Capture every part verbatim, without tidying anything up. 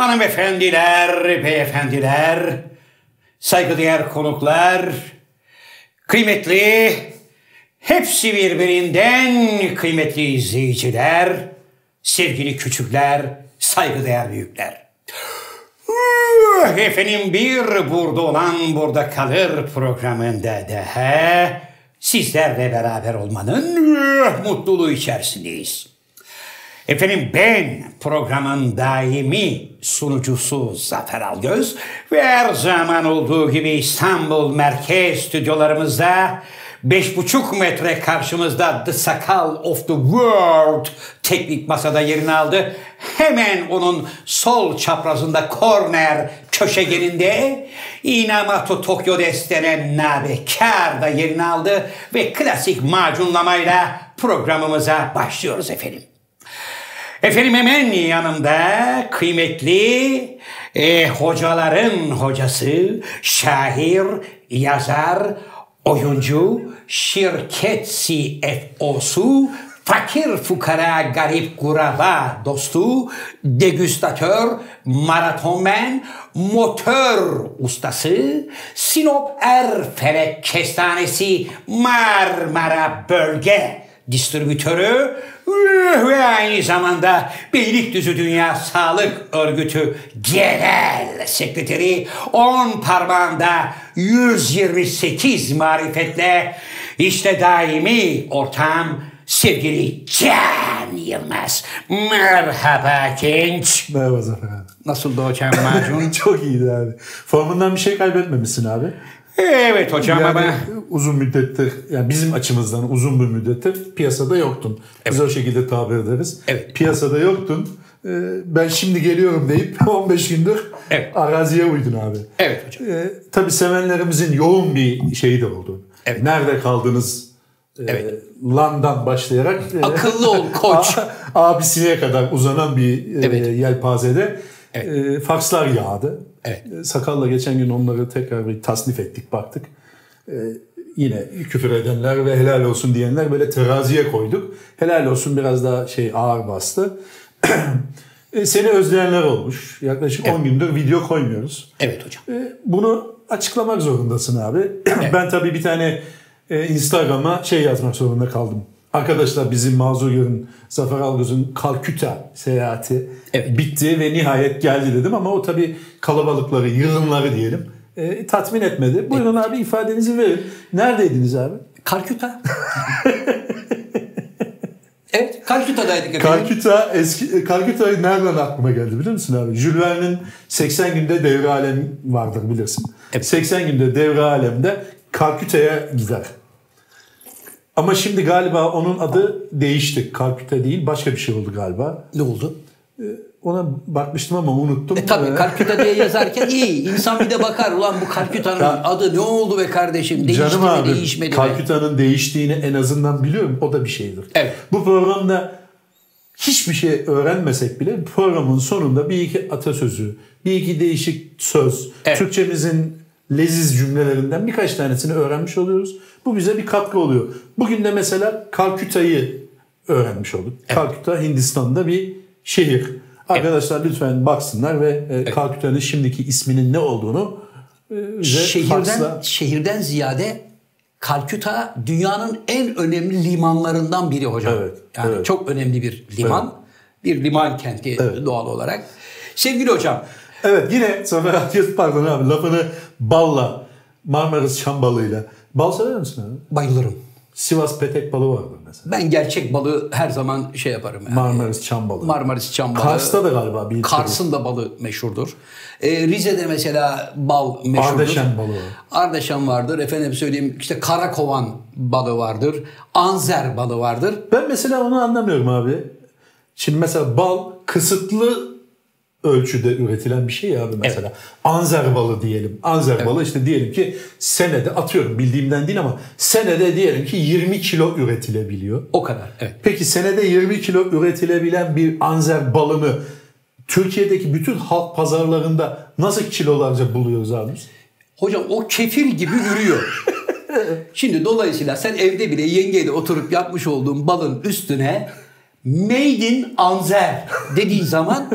Hanımefendiler, beyefendiler, saygıdeğer konuklar, kıymetli, hepsi birbirinden kıymetli izleyiciler, sevgili küçükler, saygıdeğer büyükler. Efendim bir burada olan burada kalır programında daha sizlerle beraber olmanın mutluluğu içerisindeyiz. Efendim ben programın daimi sunucusu Zafer Algöz ve her zaman olduğu gibi İstanbul Merkez stüdyolarımızda beş buçuk metre karşımızda The Sakal of the World teknik masada yerini aldı. Hemen onun sol çaprazında korner köşegeninde Inamoto Tokyo destenen Nabekar da yerini aldı ve klasik macunlamayla programımıza başlıyoruz efendim. Efendim hemen yanımda kıymetli e, hocaların hocası, şair, yazar, oyuncu, şirket C F O'su, fakir fukara garip kuraba dostu, degüstatör, maratonmen, motor ustası, Sinop Erfelek Kestanesi Marmara Bölge distribütörü ve aynı zamanda Beylikdüzü Dünya Sağlık Örgütü Genel Sekreteri, on parmağında yüz yirmi sekiz marifetle işte daimi ortam sevgili Can Yılmaz. Merhaba genç. Merhaba Zafer abi. Nasıldı hocam macun? Çok iyiydi abi. Formundan bir şey kaybetmemişsin abi. Evet hocam yani ama uzun müddettir, yani bizim açımızdan uzun bir müddettir piyasada yoktun. Evet. Biz o şekilde tabir ederiz. Evet. Piyasada yoktun. Ee, ben şimdi geliyorum deyip on beş gündür evet. araziye uydun abi. Evet hocam. Ee, tabii sevenlerimizin yoğun bir şeyi de oldu. Evet. Nerede kaldınız? Evet. E, Lan'dan başlayarak akıllı ol koç abisine kadar uzanan bir evet. e, yelpazede evet. e, fakslar yağdı. Evet. E, Sakal'la geçen gün onları tekrar bir tasnif ettik, baktık. E, yine küfür edenler ve helal olsun diyenler böyle teraziye koyduk. Helal olsun biraz daha şey ağır bastı. e, seni özleyenler olmuş. Yaklaşık evet. on gündür video koymuyoruz. Evet hocam. E, bunu açıklamak zorundasın abi. Evet. Ben tabii bir tane e, Instagram'a şey yazmak zorunda kaldım. Arkadaşlar bizim mazur görün, Zafer Algöz'ün Kalküta seyahati evet. bitti ve nihayet geldi dedim ama o tabii kalabalıkları, yığınları diyelim e, tatmin etmedi. Buyurun evet. abi ifadenizi verin. Neredeydiniz abi? Kalküta. Evet, Kalküta'daydık. Kalküta eski Kalküta nereden aklıma geldi biliyor musun abi? Jules Verne'in seksen günde devre alem vardır bilirsin. Evet. seksen günde devre alemde Kalküta'ya gider. Ama şimdi galiba onun adı değişti. Kalküta değil, başka bir şey oldu galiba. Ne oldu? Ona bakmıştım ama unuttum. E tabii Kalküta diye yazarken iyi. İnsan bir de bakar. Ulan bu Kalküta'nın ya, adı ne oldu be kardeşim? Değişti canım mi, abi, değişmedi mi? Kalküta'nın değiştiğini en azından biliyorum. O da bir şeydir. Evet. Bu programda hiçbir şey öğrenmesek bile programın sonunda bir iki atasözü, bir iki değişik söz, evet. Türkçemizin leziz cümlelerinden birkaç tanesini öğrenmiş oluyoruz. Bu bize bir katkı oluyor. Bugün de mesela Kalküta'yı öğrenmiş olduk. Evet. Kalküta Hindistan'da bir şehir. Arkadaşlar evet. lütfen baksınlar ve evet. Kalküta'nın şimdiki isminin ne olduğunu şehirden faksla... şehirden ziyade Kalküta dünyanın en önemli limanlarından biri hocam. Evet. Yani evet. çok önemli bir liman. Evet. Bir liman kenti evet. doğal olarak. Sevgili hocam. Evet yine Zafer Algöz pardon abi lafını balla, Marmaris çam balığıyla. Bal sever misin abi? Bayılırım. Sivas petek balığı vardır mesela. Ben gerçek balığı her zaman şey yaparım. Yani. Marmaris çam balığı. Marmaris çam balığı. Kars'ta da galiba bir Kars'ın da balığı meşhurdur. Ee, Rize'de mesela bal meşhurdur. Ardeşen balığı. Ardeşen vardır. Efendim söyleyeyim işte Karakovan balığı vardır. Anzer balığı vardır. Ben mesela onu anlamıyorum abi. Şimdi mesela bal kısıtlı ölçüde üretilen bir şey abi mesela. Evet. Anzer balı diyelim. Anzer evet. balı işte diyelim ki senede atıyorum bildiğimden değil ama senede diyelim ki yirmi kilo üretilebiliyor. O kadar. Evet. Peki senede yirmi kilo üretilebilen bir anzer balını Türkiye'deki bütün halk pazarlarında nasıl kilolarca buluyoruz abi? Hocam o kefir gibi ürüyor. Şimdi dolayısıyla sen evde bile yengeyle oturup yapmış olduğun balın üstüne Made in Anzer dediğin zaman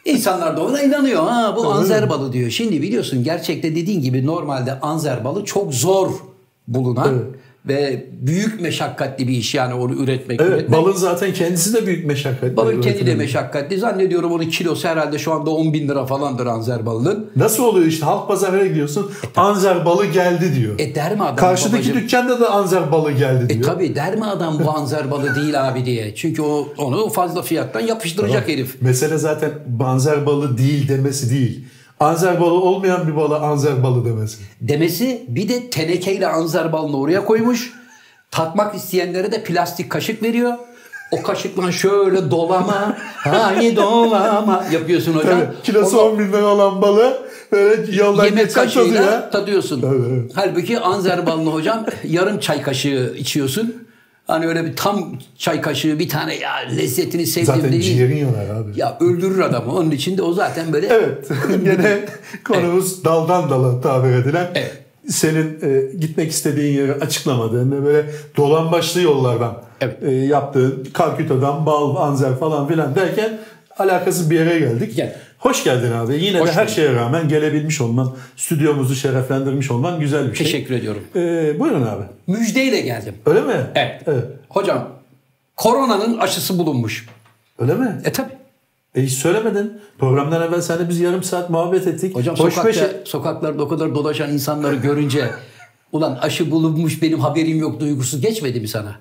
İnsanlar da ona inanıyor. Ha bu anzer balı diyor. Şimdi biliyorsun gerçekte dediğin gibi normalde anzer balı çok zor bulunan evet. ve büyük meşakkatli bir iş yani onu üretmek. Evet üretmek. Balın zaten kendisi de büyük meşakkatli. Balın kendi de meşakkatli. Zannediyorum onun kilosu herhalde şu anda on bin lira falandır anzer balının. Nasıl oluyor işte halk pazarına gidiyorsun e, anzer balı geldi diyor. E der mi adam? Karşıdaki babacığım? dükkanda da anzer balı geldi diyor. E tabi der mi adam bu anzer balı değil abi diye. Çünkü o onu fazla fiyattan yapıştıracak tamam. herif. Mesele zaten anzer balı değil demesi değil. Anzer balı olmayan bir balı anzer balı demesi. Demesi bir de tenekeyle anzer balını oraya koymuş. Tatmak isteyenlere de plastik kaşık veriyor. O kaşıkla şöyle dolama, hani dolama yapıyorsun hocam. Evet, kilosu on bin lira olan balı böyle yoldan yemek geçen kaşığıyla tadıyorsun. Evet, evet. Halbuki anzer balını hocam yarım çay kaşığı içiyorsun. Hani öyle bir tam çay kaşığı bir tane ya lezzetini sevdim zaten değil. Zaten ciğerin yanar abi. Ya öldürür adamı. Onun için de o zaten böyle. Evet. Gene konumuz evet. daldan dala tabir edilen. Evet. Senin e, gitmek istediğin yeri açıklamadığın ve böyle dolambaçlı yollardan evet. e, yaptığın Kalküta'dan bal, anzer falan filan derken alakasız bir yere geldik. Gel. Hoş geldin abi. Yine Hoş de her şeye rağmen gelebilmiş olman, stüdyomuzu şereflendirmiş olman güzel bir şey. Teşekkür ediyorum. Ee, buyurun abi. Müjdeyle geldim. Öyle mi? Evet. evet. Hocam, koronanın aşısı bulunmuş. Öyle mi? E tabi. E hiç söylemedin. Programdan evvel seninle biz yarım saat muhabbet ettik. Hocam sokakta, şey... sokaklarda o kadar dolaşan insanları görünce ulan aşı bulunmuş benim haberim yok duygusu geçmedi mi sana?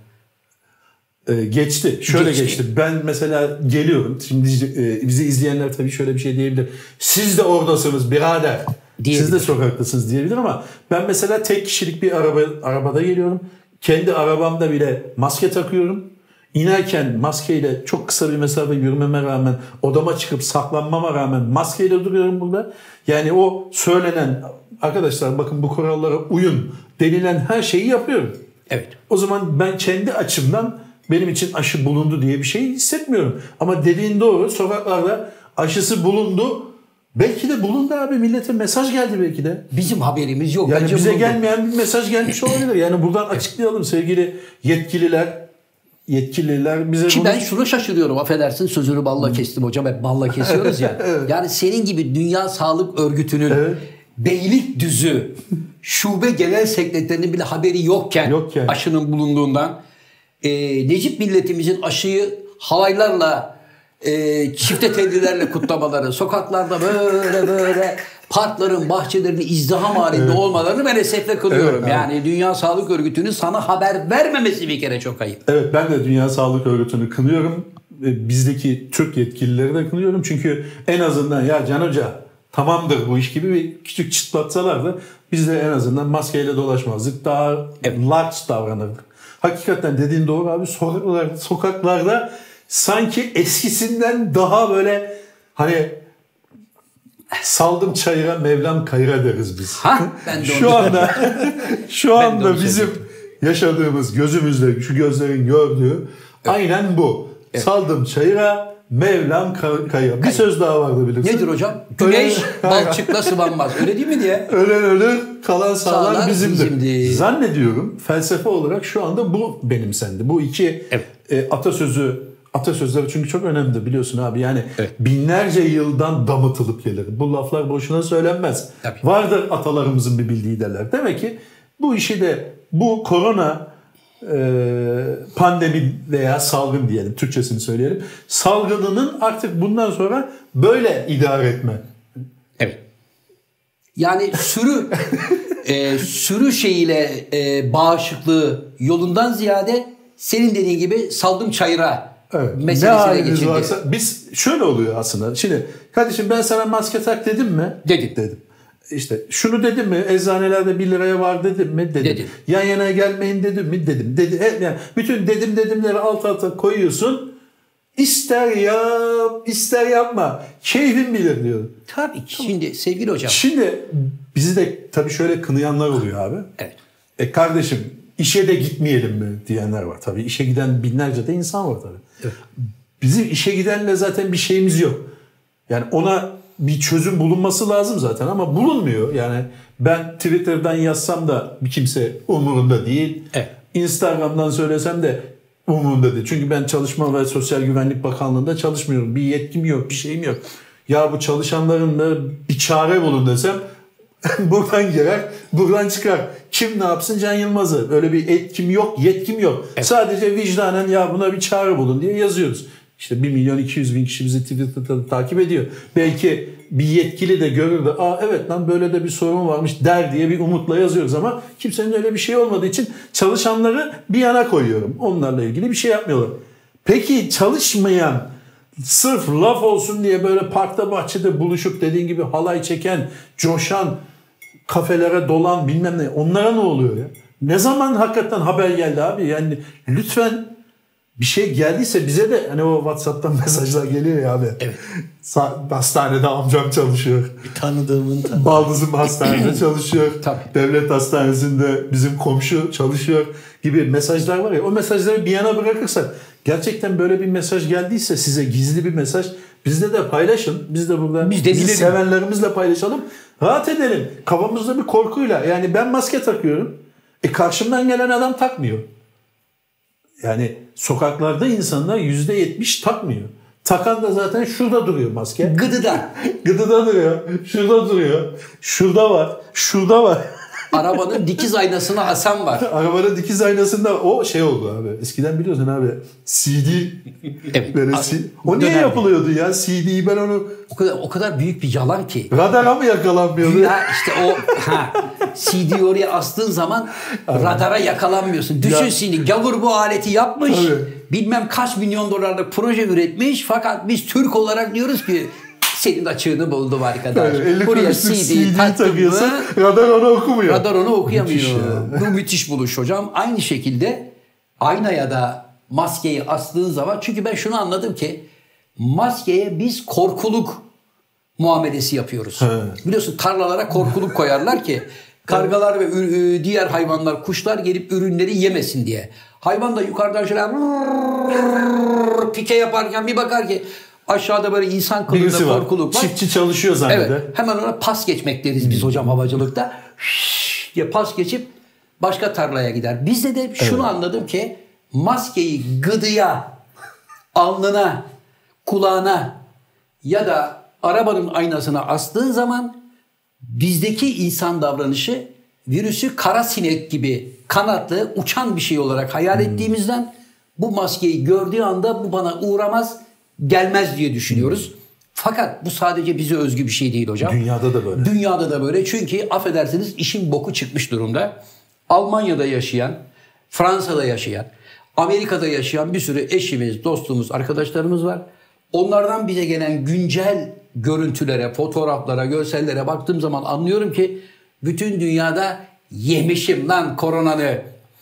Ee, geçti. Şöyle geçti. geçti. Ben mesela geliyorum. Şimdi e, bizi izleyenler tabii şöyle bir şey diyebilir. Siz de oradasınız birader. Siz de sokaktasınız diyebilir ama ben mesela tek kişilik bir araba arabada geliyorum. Kendi arabamda bile maske takıyorum. İnerken maskeyle çok kısa bir mesafe yürümeme rağmen odama çıkıp saklanmama rağmen maskeyle duruyorum burada. Yani o söylenen arkadaşlar bakın bu kurallara uyun denilen her şeyi yapıyorum. Evet. O zaman ben kendi açımdan benim için aşı bulundu diye bir şey hissetmiyorum. Ama dediğin doğru sokaklarda aşısı bulundu. Belki de bulundu abi millete mesaj geldi belki de. Bizim haberimiz yok. Yani Bence bize bulundu. Gelmeyen bir mesaj gelmiş olabilir. Yani buradan açıklayalım sevgili yetkililer. Yetkililer bize Ki bunu... ben şunu şaşırıyorum affedersin sözünü balla kestim hocam hep balla kesiyoruz ya. Evet. Yani senin gibi Dünya Sağlık Örgütü'nün evet. Beylikdüzü şube genel sekreterinin bile haberi yokken, yokken. aşının bulunduğundan e, Necip milletimizin aşıyı halaylarla e, çifte tellilerle kutlamaları sokaklarda böyle böyle parkların, bahçelerin izdiham halinde evet. olmalarını ben esefle kılıyorum. Evet, yani evet. Dünya Sağlık Örgütü'nün sana haber vermemesi bir kere çok ayıp. Evet ben de Dünya Sağlık Örgütü'nü kınıyorum. Bizdeki Türk yetkilileri de kınıyorum. Çünkü en azından ya Can Hoca tamamdır bu iş gibi bir küçük çıtlatsalardı biz de en azından maskeyle dolaşmazdık. Daha evet. large davranırdık. Hakikaten dediğin doğru abi sokaklarda, sokaklarda sanki eskisinden daha böyle hani Saldım çayıra Mevlam kayıra deriz biz. Ha, ben de şu anda şu anda bizim yaşadığımız gözümüzle şu gözlerin gördüğü evet. aynen bu. Evet. Saldım çayıra Mevlam kayıra. Bir söz daha vardı bilirsin. Nedir hocam? Güneş balçıkla sıvanmaz. Öyle değil mi diye? Ölen ölür, kalan sağlar, sağlar bizimdir. bizimdir. Zannediyorum felsefe olarak şu anda bu benimsendi. Bu iki evet. e, atasözü Atasözleri çünkü çok önemli biliyorsun abi. Yani evet. binlerce yıldan damıtılıp gelir. Bu laflar boşuna söylenmez. Tabii. Vardır atalarımızın bir bildiği derler. Demek ki bu işi de bu korona e, pandemi veya salgın diyelim. Türkçesini söyleyelim. Salgınının artık bundan sonra böyle idare etme. Evet. Yani sürü e, sürü şeyiyle e, bağışıklığı yolundan ziyade senin dediğin gibi saldım çayıra. Evet. Ne haliniz varsa biz şöyle oluyor aslında. Şimdi kardeşim ben sana maske tak dedim mi? Dedim. Dedim. İşte şunu dedim mi? Eczanelerde bir liraya var dedim mi? Dedim. dedim. Yan yana gelmeyin dedim mi? Dedim. Dedi. Yani bütün dedim dedimleri alt alta koyuyorsun. İster yap, ister yapma. Keyfin bilir diyor. Tabii ki. Şimdi sevgili hocam. Şimdi bizi de tabii şöyle kınayanlar oluyor abi. Evet. E kardeşim işe de gitmeyelim mi diyenler var tabii. İşe giden binlerce de insan var tabii. Evet. Bizim işe gidenle zaten bir şeyimiz yok. Yani ona bir çözüm bulunması lazım zaten ama bulunmuyor. Yani ben Twitter'dan yazsam da bir kimse umurunda değil. Evet. Instagram'dan söylesem de umurunda değil. Çünkü ben Çalışma ve Sosyal Güvenlik Bakanlığı'nda çalışmıyorum. Bir yetkim yok, bir şeyim yok. Ya bu çalışanların da bir çare bulun desem buradan girer, buradan çıkar. Kim ne yapsın? Can Yılmaz'ı. Öyle bir etkim yok, yetkim yok. Evet. Sadece vicdanen ya buna bir çare bulun diye yazıyoruz. İşte bir milyon iki yüz bin kişi bizi Twitter'da takip ediyor. Belki bir yetkili de görür de aa evet lan böyle de bir sorun varmış der diye bir umutla yazıyoruz ama kimsenin öyle bir şey olmadığı için çalışanları bir yana koyuyorum. Onlarla ilgili bir şey yapmıyorlar. Peki çalışmayan, sırf laf olsun diye böyle parkta bahçede buluşup dediğin gibi halay çeken, coşan, kafelere dolan bilmem ne, onlara ne oluyor ya? Ne zaman hakikaten haber geldi abi? Yani lütfen bir şey geldiyse bize de hani o WhatsApp'tan mesajlar geliyor ya abi. Evet. Hastanede amcam çalışıyor. Bir tanıdığımın tanıdığı. Baldızım hastanede çalışıyor. Tabii. Devlet hastanesinde bizim komşu çalışıyor gibi mesajlar var ya. O mesajları bir yana bırakırsak gerçekten böyle bir mesaj geldiyse size gizli bir mesaj bizde de paylaşın. Biz de burada biz de bizi sevenlerimizle paylaşalım. Rahat edelim. Kafamızda bir korkuyla. Yani ben maske takıyorum. E karşımdan gelen adam takmıyor. Yani sokaklarda insanlar yüzde yetmiş takmıyor. Takan da zaten şurada duruyor maske. Gıdıda. Gıdıda duruyor. Şurada duruyor. Şurada var. Şurada var. Arabanın dikiz aynasına asan var. Arabanın dikiz aynasında o şey oldu abi. Eskiden biliyorsun abi C D evet. böyle C- o niye yapılıyordu ya? C D'yi ben onu o kadar o kadar büyük bir yalan ki. Radara mı yakalanmıyordu? Ya işte o ha C D'yi oraya astığın zaman radara yakalanmıyorsun. Düşün şimdi gavur bu aleti yapmış. Tabii. Bilmem kaç milyon dolarlık proje üretmiş fakat biz Türk olarak diyoruz ki senin açığını buldum arkadaş. Evet, buraya C D'yi takıyorsun. Radar onu okumuyor. Radar onu okuyamıyor. Müthiş bu müthiş buluş hocam. Aynı şekilde aynaya da maskeyi astığın zaman çünkü ben şunu anladım ki maskeye biz korkuluk muamelesi yapıyoruz. He. Biliyorsun tarlalara korkuluk koyarlar ki kargalar ve diğer hayvanlar, kuşlar gelip ürünleri yemesin diye. Hayvan da yukarıdan şöyle pike yaparken bir bakar ki aşağıda böyle insan kılığında korkuluk var. Çiftçi çalışıyor zanneder. Evet, hemen ona pas geçmek deriz biz hocam havacılıkta. Şşş diye pas geçip başka tarlaya gider. Bizde de şunu evet. anladım ki maskeyi gıdıya, alnına, kulağına ya da arabanın aynasına astığın zaman bizdeki insan davranışı virüsü kara sinek gibi kanatlı, uçan bir şey olarak hayal hmm. ettiğimizden bu maskeyi gördüğü anda bu bana uğramaz, gelmez diye düşünüyoruz. Hmm. Fakat bu sadece bize özgü bir şey değil hocam. Dünyada da böyle. Dünyada da böyle. Çünkü affedersiniz işin boku çıkmış durumda. Almanya'da yaşayan, Fransa'da yaşayan, Amerika'da yaşayan bir sürü eşimiz, dostumuz, arkadaşlarımız var. Onlardan bize gelen güncel görüntülere, fotoğraflara, görsellere baktığım zaman anlıyorum ki bütün dünyada yemişim lan koronanı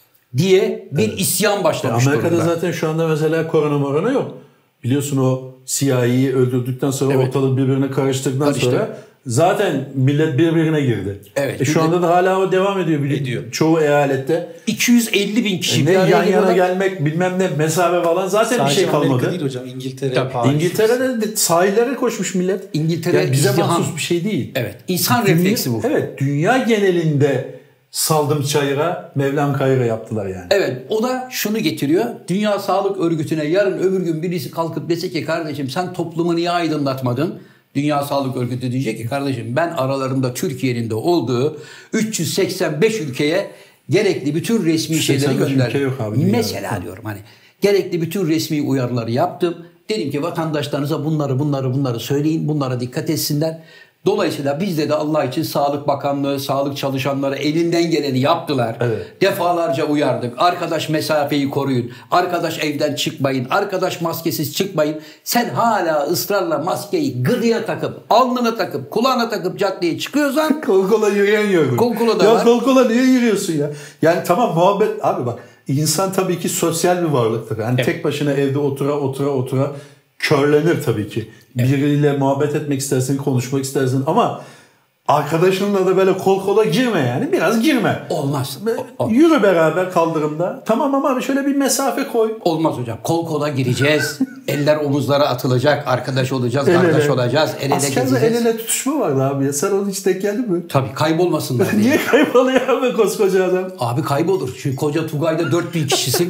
diye bir evet. isyan başlamış Amerika'da durumda. Zaten şu anda mesela korona morona yok. Biliyorsun o C I A'yı öldürdükten sonra evet. ortalığı birbirine karıştırdıktan Karıştı. sonra zaten millet birbirine girdi. Evet. E şu anda da hala o devam ediyor. ediyor. Çoğu eyalette. iki yüz elli bin kişi. E ne yan yana gelmek bilmem ne mesafe falan zaten sadece bir şey kalmadı. Amerika değil hocam. İngiltere. İngiltere'de de sahillere koşmuş millet. İngiltere yani bize mahsus bir şey değil. Evet. İnsan dünya, refleksi bu. Evet. Dünya genelinde saldım çayıra, Mevlam kayıra yaptılar yani. Evet. O da şunu getiriyor. Dünya Sağlık Örgütü'ne yarın öbür gün birisi kalkıp dese ki kardeşim sen toplumu niye aydınlatmadın? Dünya Sağlık Örgütü diyecek ki kardeşim ben aralarında Türkiye'nin de olduğu üç yüz seksen beş ülkeye gerekli bütün resmi şeyleri gönderdim. Mesela diyorum hani gerekli bütün resmi uyarıları yaptım. Dedim ki vatandaşlarınıza bunları bunları bunları söyleyin. Bunlara dikkat etsinler. Dolayısıyla bizde de Allah için Sağlık Bakanlığı, sağlık çalışanları elinden geleni yaptılar. Evet. Defalarca uyardık. Arkadaş mesafeyi koruyun. Arkadaş evden çıkmayın. Arkadaş maskesiz çıkmayın. Sen hala ısrarla maskeyi gıdıya takıp, alnına takıp, kulağına takıp caddeye çıkıyorsan... kol kola yürüyen yok. Kol kola da ya var. Kol kola niye yürüyorsun ya? Yani tamam muhabbet... Abi bak insan tabii ki sosyal bir varlıktır. Yani evet. tek başına evde otura otura otura... körlenir tabii ki. Evet. Biriyle muhabbet etmek istersin, konuşmak istersin ama arkadaşınla da böyle kol kola girme yani. Biraz girme. Olmaz. Olmaz. Yürü beraber kaldırımda. Tamam ama şöyle bir mesafe koy. Olmaz hocam. Kol kola gireceğiz. Eller omuzlara atılacak. Arkadaş olacağız, el kardeş ele. olacağız. El ele gezeceğiz. Askerde el ele tutuşma vardı abi ya. Sen onun hiç denk geldin mi? Tabii kaybolmasınlar diye. Niye kayboluyor abi koskoca adam? Abi kaybolur. Çünkü koca Tugay'da dört bin kişisin.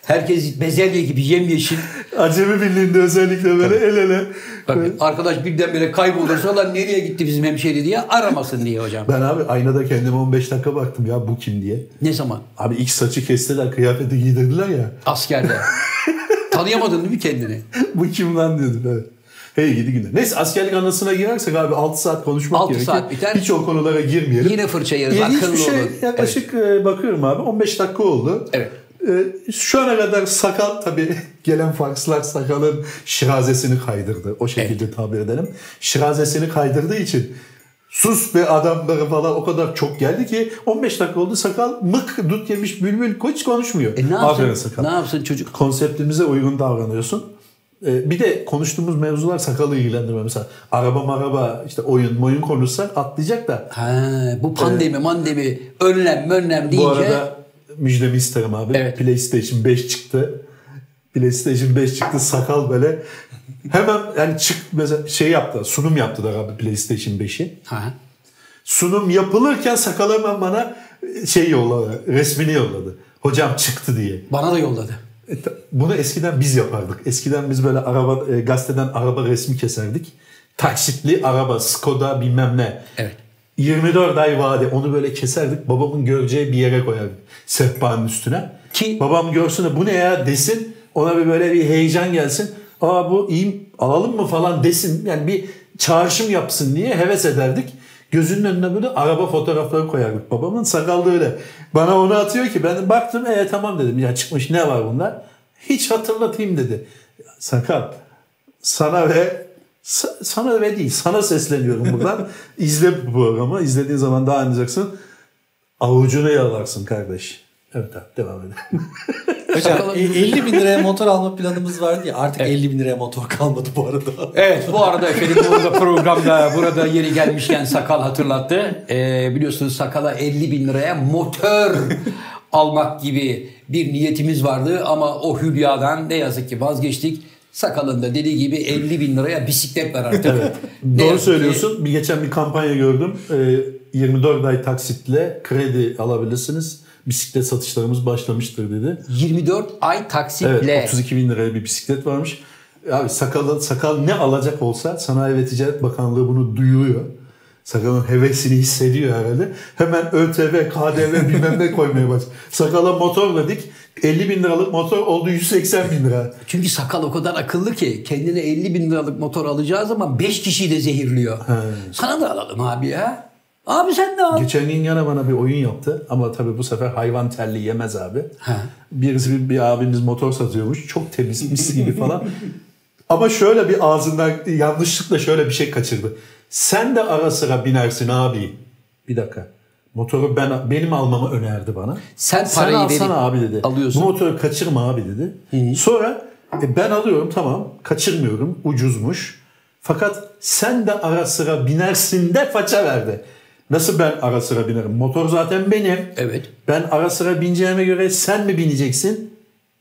Herkes bezelye gibi yemyeşil. Acemi Birliği'nde özellikle böyle el ele. Tabii. Arkadaş birdenbire kaybolursa lan nereye gitti bizim hemşeri diye aramasın diye hocam. Ben abi aynada kendime on beş dakika baktım ya bu kim diye. Ne zaman? Abi ilk saçı kestiler, kıyafeti giydirdiler ya. Askerde. Tanıyamadın değil mi kendini? Bu kim lan diyordum evet. Hey gidi günler. Neyse askerlik anısına girersek abi altı saat konuşmak altı gerekiyor. saat biter. Hiç o konulara girmeyelim. Yine fırça yeriz. İlginç Akıllı bir şey. olun. Yaklaşık evet. bakıyorum abi on beş dakika oldu. Evet. Şu ana kadar sakal tabii gelen fakslar sakalın şirazesini kaydırdı. O şekilde evet. tabir edelim. Şirazesini kaydırdığı için sus be adamları falan o kadar çok geldi ki on beş dakika oldu sakal mık dut yemiş bülbül hiç konuşmuyor. E ne yapsın, sakal. Ne yapsın çocuk? Konseptimize uygun davranıyorsun. Ee, bir de konuştuğumuz mevzular sakalı ilgilendirmiyor. Mesela araba maraba işte oyun moyun konuşsak atlayacak da. Ha, bu pandemi ee, mandemi önlem önlem deyince. Bu arada müjdemi isterim abi. Evet. PlayStation beş çıktı. PlayStation beş çıktı sakal böyle. Hemen yani çık mesela şey yaptı sunum yaptılar abi PlayStation beşi. Ha. Sunum yapılırken sakal hemen bana şey yolladı. Resmini yolladı. Hocam çıktı diye. Bana da yolladı. Bunu eskiden biz yapardık. Eskiden biz böyle araba e, gazeteden araba resmi keserdik. Taksitli araba, Skoda bilmem ne. Evet. yirmi dört ay vade onu böyle keserdik. Babamın göreceği bir yere koyardık. Sehpanın üstüne. Ki babam görsün de bu ne ya desin. Ona bir böyle bir heyecan gelsin. Aa bu iyi alalım mı falan desin. Yani bir çağrışım yapsın diye heves ederdik. Gözünün önüne böyle araba fotoğrafları koyardık. Babamın sakallı öyle. Bana onu atıyor ki ben baktım e tamam dedim. Ya çıkmış ne var bunlar? Hiç hatırlatayım dedi. Sakal sana ve sana ve değil sana sesleniyorum buradan. İzle bu programı. İzlediğin zaman daha anlayacaksın. Avucunu yalarsın kardeş. Evet abi devam edelim. Hocam elli bin liraya motor alma planımız vardı ya artık evet. elli bin liraya motor kalmadı bu arada. Evet bu arada efendim burada programda burada yeri gelmişken sakal hatırlattı. Ee, biliyorsunuz sakala elli bin liraya motor almak gibi bir niyetimiz vardı ama o hülyadan ne yazık ki vazgeçtik. Sakalın da dediği gibi elli bin liraya bisiklet var artık. Evet. Doğru söylüyorsun. Ki... Bir geçen bir kampanya gördüm. Ee, yirmi dört ay taksitle kredi alabilirsiniz. Bisiklet satışlarımız başlamıştır dedi. yirmi dört ay taksitle. Evet, otuz iki bin liraya bir bisiklet varmış. Abi sakal, sakal ne alacak olsa Sanayi ve Ticaret Bakanlığı bunu duyuruyor. Sakalın hevesini hissediyor herhalde. Hemen ÖTV, K D V bilmem ne koymaya başladı. Sakala motor dedik. elli bin liralık motor oldu yüz seksen bin lira. Çünkü sakal o kadar akıllı ki kendine elli bin liralık motor alacağı zaman beş kişiyi de zehirliyor. He. Sana da alalım abi ya. Abi sen de al. Geçen gün yana bana bir oyun yaptı. Ama tabii bu sefer hayvan terli yemez abi. Ha. Birisi bir, bir abimiz motor satıyormuş. Çok temiz mis gibi falan. Ama şöyle bir ağzından yanlışlıkla şöyle bir şey kaçırdı. Sen de ara sıra binersin abi. Bir dakika. Motoru ben benim almamı önerdi bana. Sen parayı Sen alsana abi dedi. Alıyorsun. Bu motoru kaçırma abi dedi. Hı-hı. Sonra e, ben alıyorum tamam. Kaçırmıyorum. Ucuzmuş. Fakat sen de ara sıra binersin de faça verdi. Nasıl ben ara sıra binerim? Motor zaten benim. Evet. Ben ara sıra bineceğime göre sen mi bineceksin?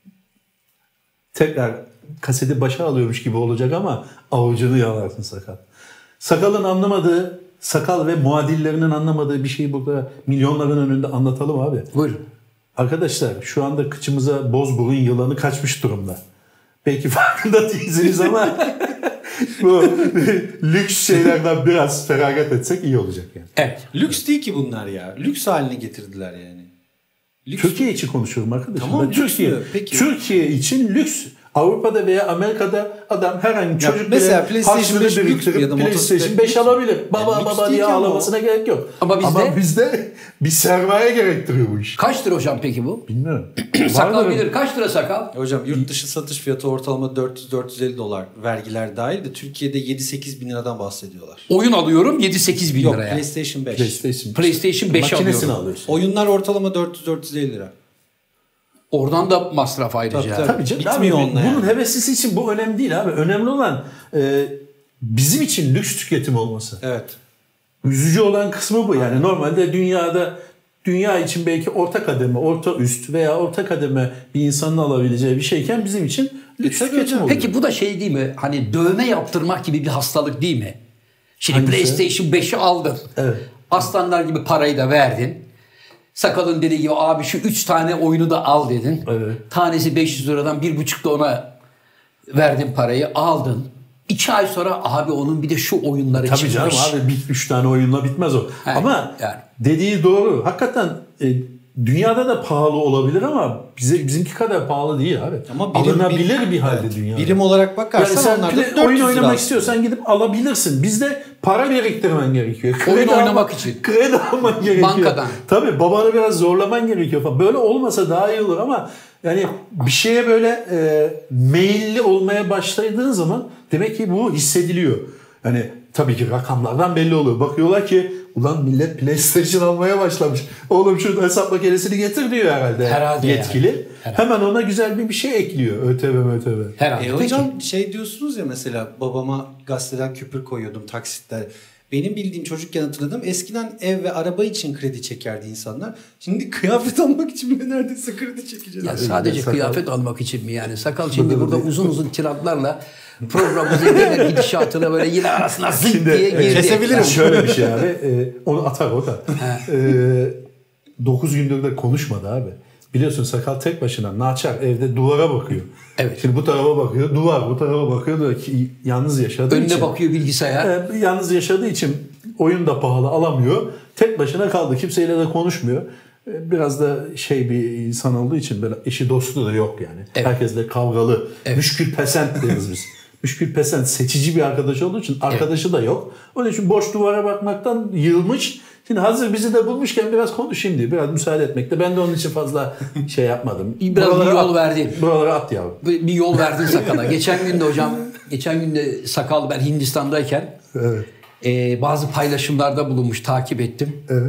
Tekrar kaseti başa alıyormuş gibi olacak ama avucunu yalarsın sakal. Sakalın anlamadığı, sakal ve muadillerinin anlamadığı bir şeyi burada milyonların önünde anlatalım abi. Buyurun. Arkadaşlar şu anda kıçımıza bozburun yılanı kaçmış durumda. Belki farkında değilsiniz ama bu lüks şeylerden biraz feragat etsek iyi olacak yani. Evet. Lüks değil ki bunlar ya. Lüks haline getirdiler yani. Lüks. Türkiye için konuşuyorum arkadaşım. Tamam, ben Türkiye, Peki. Türkiye için lüks. Avrupa'da veya Amerika'da adam herhangi çocuk mesela PlayStation beş biriktirip ya da PlayStation beş alabilir. Baba yani baba diye ağlamasına gerek yok. Ama bizde, Ama bizde bir sermaye gerektiriyor bu iş. Kaç lira hocam peki bu? Bilmiyorum. Sakal bilir. Kaç lira sakal? Hocam yurt dışı satış fiyatı ortalama dört yüz dört yüz elli dolar. Vergiler dahil de Türkiye'de yedi sekiz bin liradan bahsediyorlar. Oyun alıyorum yedi sekiz bin yok, liraya. PlayStation beş. PlayStation, PlayStation beş makinesini alıyorum. alıyorsun. Oyunlar ortalama dört yüz dört yüz elli lira. Oradan da masraf ayrıca. Tabii, tabii. Tabii canım. Bitmiyor abi, onunla bunun yani. heveslisi için bu önemli değil abi. Önemli olan e, bizim için lüks tüketim olması. Evet. Üzücü olan kısmı bu. Yani normalde dünyada dünya için belki orta kademe, orta üst veya orta kademe bir insanın alabileceği bir şeyken bizim için lüks e, tüketim oluyor. Peki bu da şey değil mi? Hani dövme yaptırmak gibi bir hastalık değil mi? Şimdi hangisi? PlayStation beşi aldın. Evet. Aslanlar gibi parayı da verdin. Sakal'ın dediği gibi abi şu üç tane oyunu da al dedin. Evet. Tanesi beş yüz liradan bir buçuk da ona verdin parayı, aldın. İki ay sonra abi onun bir de şu oyunları Tabii çıkmış. canım abi bir, üç tane oyunla bitmez o. He, ama yani. dediği doğru. Hakikaten e, dünyada da pahalı olabilir ama bize bizimki kadar pahalı değil abi. Ama birim, alınabilir bir, bir halde evet, dünyada. Birim olarak bakarsan yani sen onlar da oyun oynamak istiyorsan gidip alabilirsin. Bizde para biriktirmen gerekiyor. Kredi oyun oynamak alma, için. Kredi alman gerekiyor. Bankadan. Tabii babanı biraz zorlaman gerekiyor falan. Böyle olmasa daha iyi olur ama yani bir şeye böyle e, meyilli olmaya başladığın zaman demek ki bu hissediliyor. Yani tabii ki rakamlardan belli oluyor. Bakıyorlar ki ulan millet PlayStation almaya başlamış. Oğlum şu hesap makinesini getir diyor herhalde, herhalde yetkili. Yani. Herhalde. Hemen ona güzel bir bir şey ekliyor. ÖTV ÖTV. Herhalde. E hocam şey diyorsunuz ya mesela babama gazeteden küpür koyuyordum taksitler. Benim bildiğim çocukken hatırladım. Eskiden ev ve araba için kredi çekerdi insanlar. Şimdi kıyafet almak için bile neredeyse kredi çekeceğiz. Ya sadece sakal. Kıyafet almak için mi yani? Sakal şimdi burada uzun uzun tiratlarla programımızın genel gidişatına böyle yine arasına zıt diye girdi. Kesebilirim. Yani şöyle bir şey abi. E, onu atar o da. dokuz gündür de konuşmadı abi. Biliyorsun Sakal tek başına naçar evde duvara bakıyor. Evet. Şimdi bu tarafa bakıyor duvar, bu tarafa bakıyor da ki yalnız yaşadığı önüne için. Önüne bakıyor bilgisayar. E, yalnız yaşadığı için oyun da pahalı alamıyor. Tek başına kaldı. Kimseyle de konuşmuyor. E, biraz da şey bir insan olduğu için böyle eşi dostu da yok yani. Evet. Herkesle kavgalı. Evet. Müşkül pesent deriz biz. Müşkül pesent seçici bir arkadaş olduğu için arkadaşı evet. da yok. Onun için boş duvara bakmaktan yılmış. Şimdi hazır bizi de bulmuşken biraz konuşayım diye. Biraz müsaade etmekte. Ben de onun için fazla şey yapmadım. Biraz buralara bir yol at, verdin. Buralara at yavrum. Bir, bir yol verdin Sakal'a. Geçen gün de hocam, geçen gün de Sakal ben Hindistan'dayken evet. e, bazı paylaşımlarda bulunmuş. Takip ettim. Evet.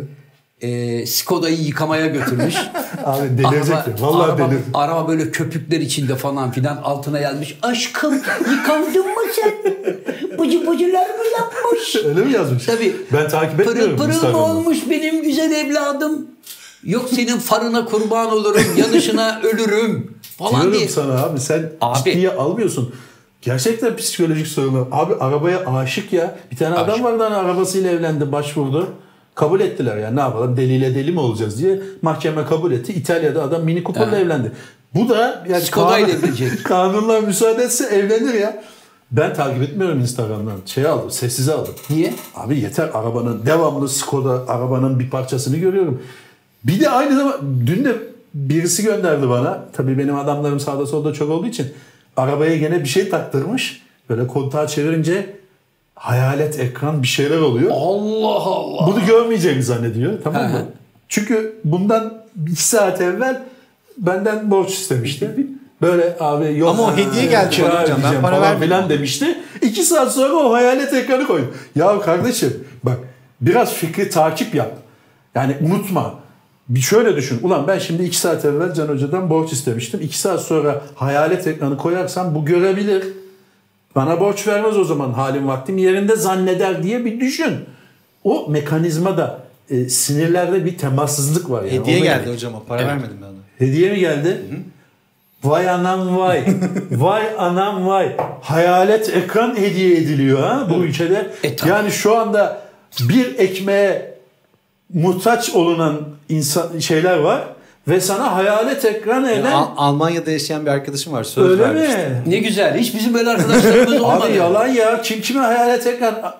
E, Skoda'yı yıkamaya götürmüş. Abi delirecek. Vallahi araba, delir. Araba böyle köpükler içinde falan filan altına gelmiş. Aşkım yıkandın mı sen? Bıcı bıcılar mı yapmış? Öyle mi yazmış? Tabii. Ben takip etmiyorum. Pırıl pırıl mı olmuş benim güzel evladım? Yok senin farına kurban olurum, yanışına ölürüm falan diyorum diye. Sana abi sen abi. ciddiye almıyorsun. Gerçekten psikolojik sorunlar. Abi arabaya aşık ya. Bir tane aşık. Adam vardı hani arabasıyla evlendi, başvurdu. Kabul ettiler yani ne yapalım deliyle deli mi olacağız diye mahkeme kabul etti. İtalya'da adam Mini Cooper'la evlendi. Bu da yani kanun, kanunlar müsaade etse evlenir ya. Ben takip etmiyorum Instagram'dan. Şey aldım, sessize aldım. Niye? Abi yeter arabanın devamlı Skoda arabanın bir parçasını görüyorum. Bir de aynı zaman dün de birisi gönderdi bana. Tabii benim adamlarım sağda solda çok olduğu için arabaya gene bir şey taktırmış. Böyle kontağı çevirince hayalet ekran bir şeyler oluyor. Allah Allah. Bunu görmeyeceğimi zannediyor. Tamam mı? He. Çünkü bundan iki saat evvel benden borç istemişti. Böyle abi yok. Ama o hediye geldi bana hocam. Ben para vermem demişti. İki saat sonra o hayalet ekranı koydu. Ya kardeşim bak biraz fikri takip yap. Yani unutma. Bir şöyle düşün. Ulan ben şimdi iki saat evvel Can Hoca'dan borç istemiştim. İki saat sonra hayalet ekranı koyarsam bu görebilir. Bana borç vermez o zaman halim vaktim yerinde zanneder diye bir düşün. O mekanizmada e, sinirlerde bir temassızlık var. Yani. Hediye Onu geldi yani. Hocam o para evet. vermedim ben ona. Hediye mi geldi? Hı-hı. Vay anam vay. Vay anam vay. Hayalet ekran hediye ediliyor ha bu ülkede. E, yani şu anda bir ekmeğe muhtaç olunan insan şeyler var. Ve sana hayalet ekran eden... Al- Almanya'da yaşayan bir arkadaşım var. Söz öyle vermişti. mi? Ne güzel. Hiç bizim böyle arkadaşlarımız olmadı. Abi yalan ya. Kim kime hayalet ekran...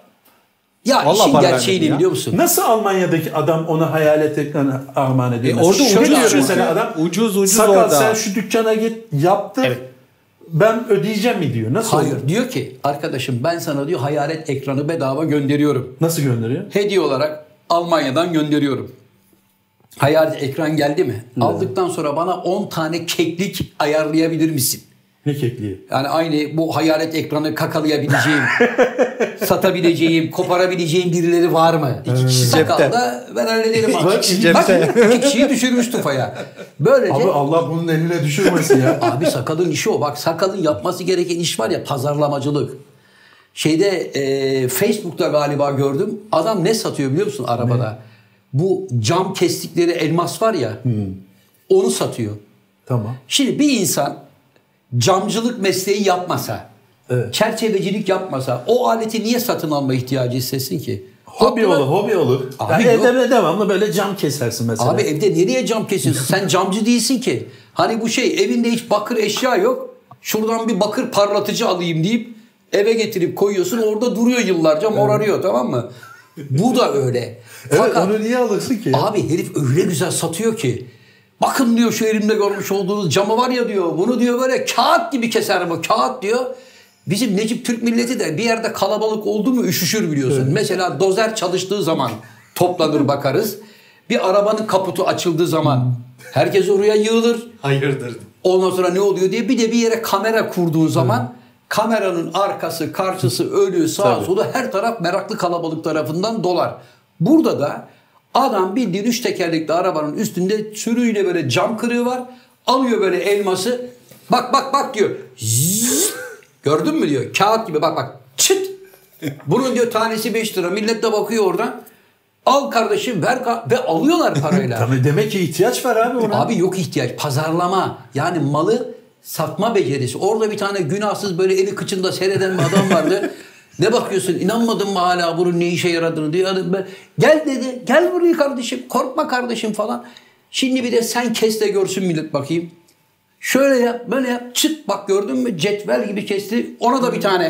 Ya Vallahi işin gerçeğini ya. Biliyor musun? Nasıl Almanya'daki adam ona hayalet ekran armağan ediyor? E orada ucuz diyor mesela adam. Ucuz ucuz Sakal, orada. sen şu dükkana git yaptır. Evet. Ben ödeyeceğim mi diyor. Nasıl Hayır. olur? Diyor ki arkadaşım ben sana diyor hayalet ekranı bedava gönderiyorum. Nasıl gönderiyor? Hediye olarak Almanya'dan gönderiyorum. Hayalet ekran geldi mi? Evet. Aldıktan sonra bana on tane keklik ayarlayabilir misin? Ne kekliği? Yani aynı bu hayalet ekranı kakalayabileceğim, satabileceğim, koparabileceğim birileri var mı? İki evet. kişi Sakal'da ben hallederim. İki kişi cepte. İki kişiyi düşürmüş tufaya. Böylece... Abi Allah bunun eline düşürmesin ya. Abi Sakal'ın işi o. Bak Sakal'ın yapması gereken iş var ya pazarlamacılık. Şeyde e, Facebook'ta galiba gördüm. Adam ne satıyor biliyor musun arabada? Ne? Bu cam kestikleri elmas var ya hmm. onu satıyor. Tamam. Şimdi bir insan camcılık mesleği yapmasa, evet. çerçevecilik yapmasa o aleti niye satın alma ihtiyacı hissetsin ki? Hobi Aklına... olur, hobi olur. Abi yani evde devamlı böyle cam kesersin mesela. Abi evde nereye cam kesiyorsun? Sen camcı değilsin ki. Hani bu şey evinde hiç bakır eşya yok. Şuradan bir bakır parlatıcı alayım deyip eve getirip koyuyorsun. Orada duruyor yıllarca morarıyor, tamam mı? Bu da öyle. Evet, fakat onu niye alırsın ki? Abi herif öyle güzel satıyor ki. Bakın diyor şu elimde görmüş olduğunuz camı var ya diyor. Bunu diyor böyle kağıt gibi keser bu. Kağıt diyor. Bizim Necip Türk milleti de bir yerde kalabalık oldu mu üşüşür biliyorsun. Evet. Mesela dozer çalıştığı zaman toplanır bakarız. Bir arabanın kaputu açıldığı zaman herkes oraya yığılır. Hayırdır. Ondan sonra ne oluyor diye bir de bir yere kamera kurduğun zaman evet. kameranın arkası, karşısı, önü, sağa, solu her taraf meraklı kalabalık tarafından dolar. Burada da adam bildiğin üç tekerlekli arabanın üstünde sürüyle böyle cam kırığı var. Alıyor böyle elması. Bak bak bak diyor. Zzz. Gördün mü diyor. Kağıt gibi bak bak. Çıt. Bunun diyor tanesi beş lira. Millet de bakıyor oradan. Al kardeşim ver ve alıyorlar parayla. Tabii demek ki ihtiyaç var abi ona. Abi yok ihtiyaç. Pazarlama. Yani malı satma becerisi. Orada bir tane günahsız böyle eli kıçında seyreden bir adam vardı. Ne bakıyorsun? İnanmadın mı hala bunun ne işe yaradığını diyor. Ben, gel dedi. Gel buraya kardeşim. Korkma kardeşim falan. Şimdi bir de sen kes de görsün millet bakayım. Şöyle yap, böyle yap. Çıt bak gördün mü? Cetvel gibi kesti. Ona da bir tane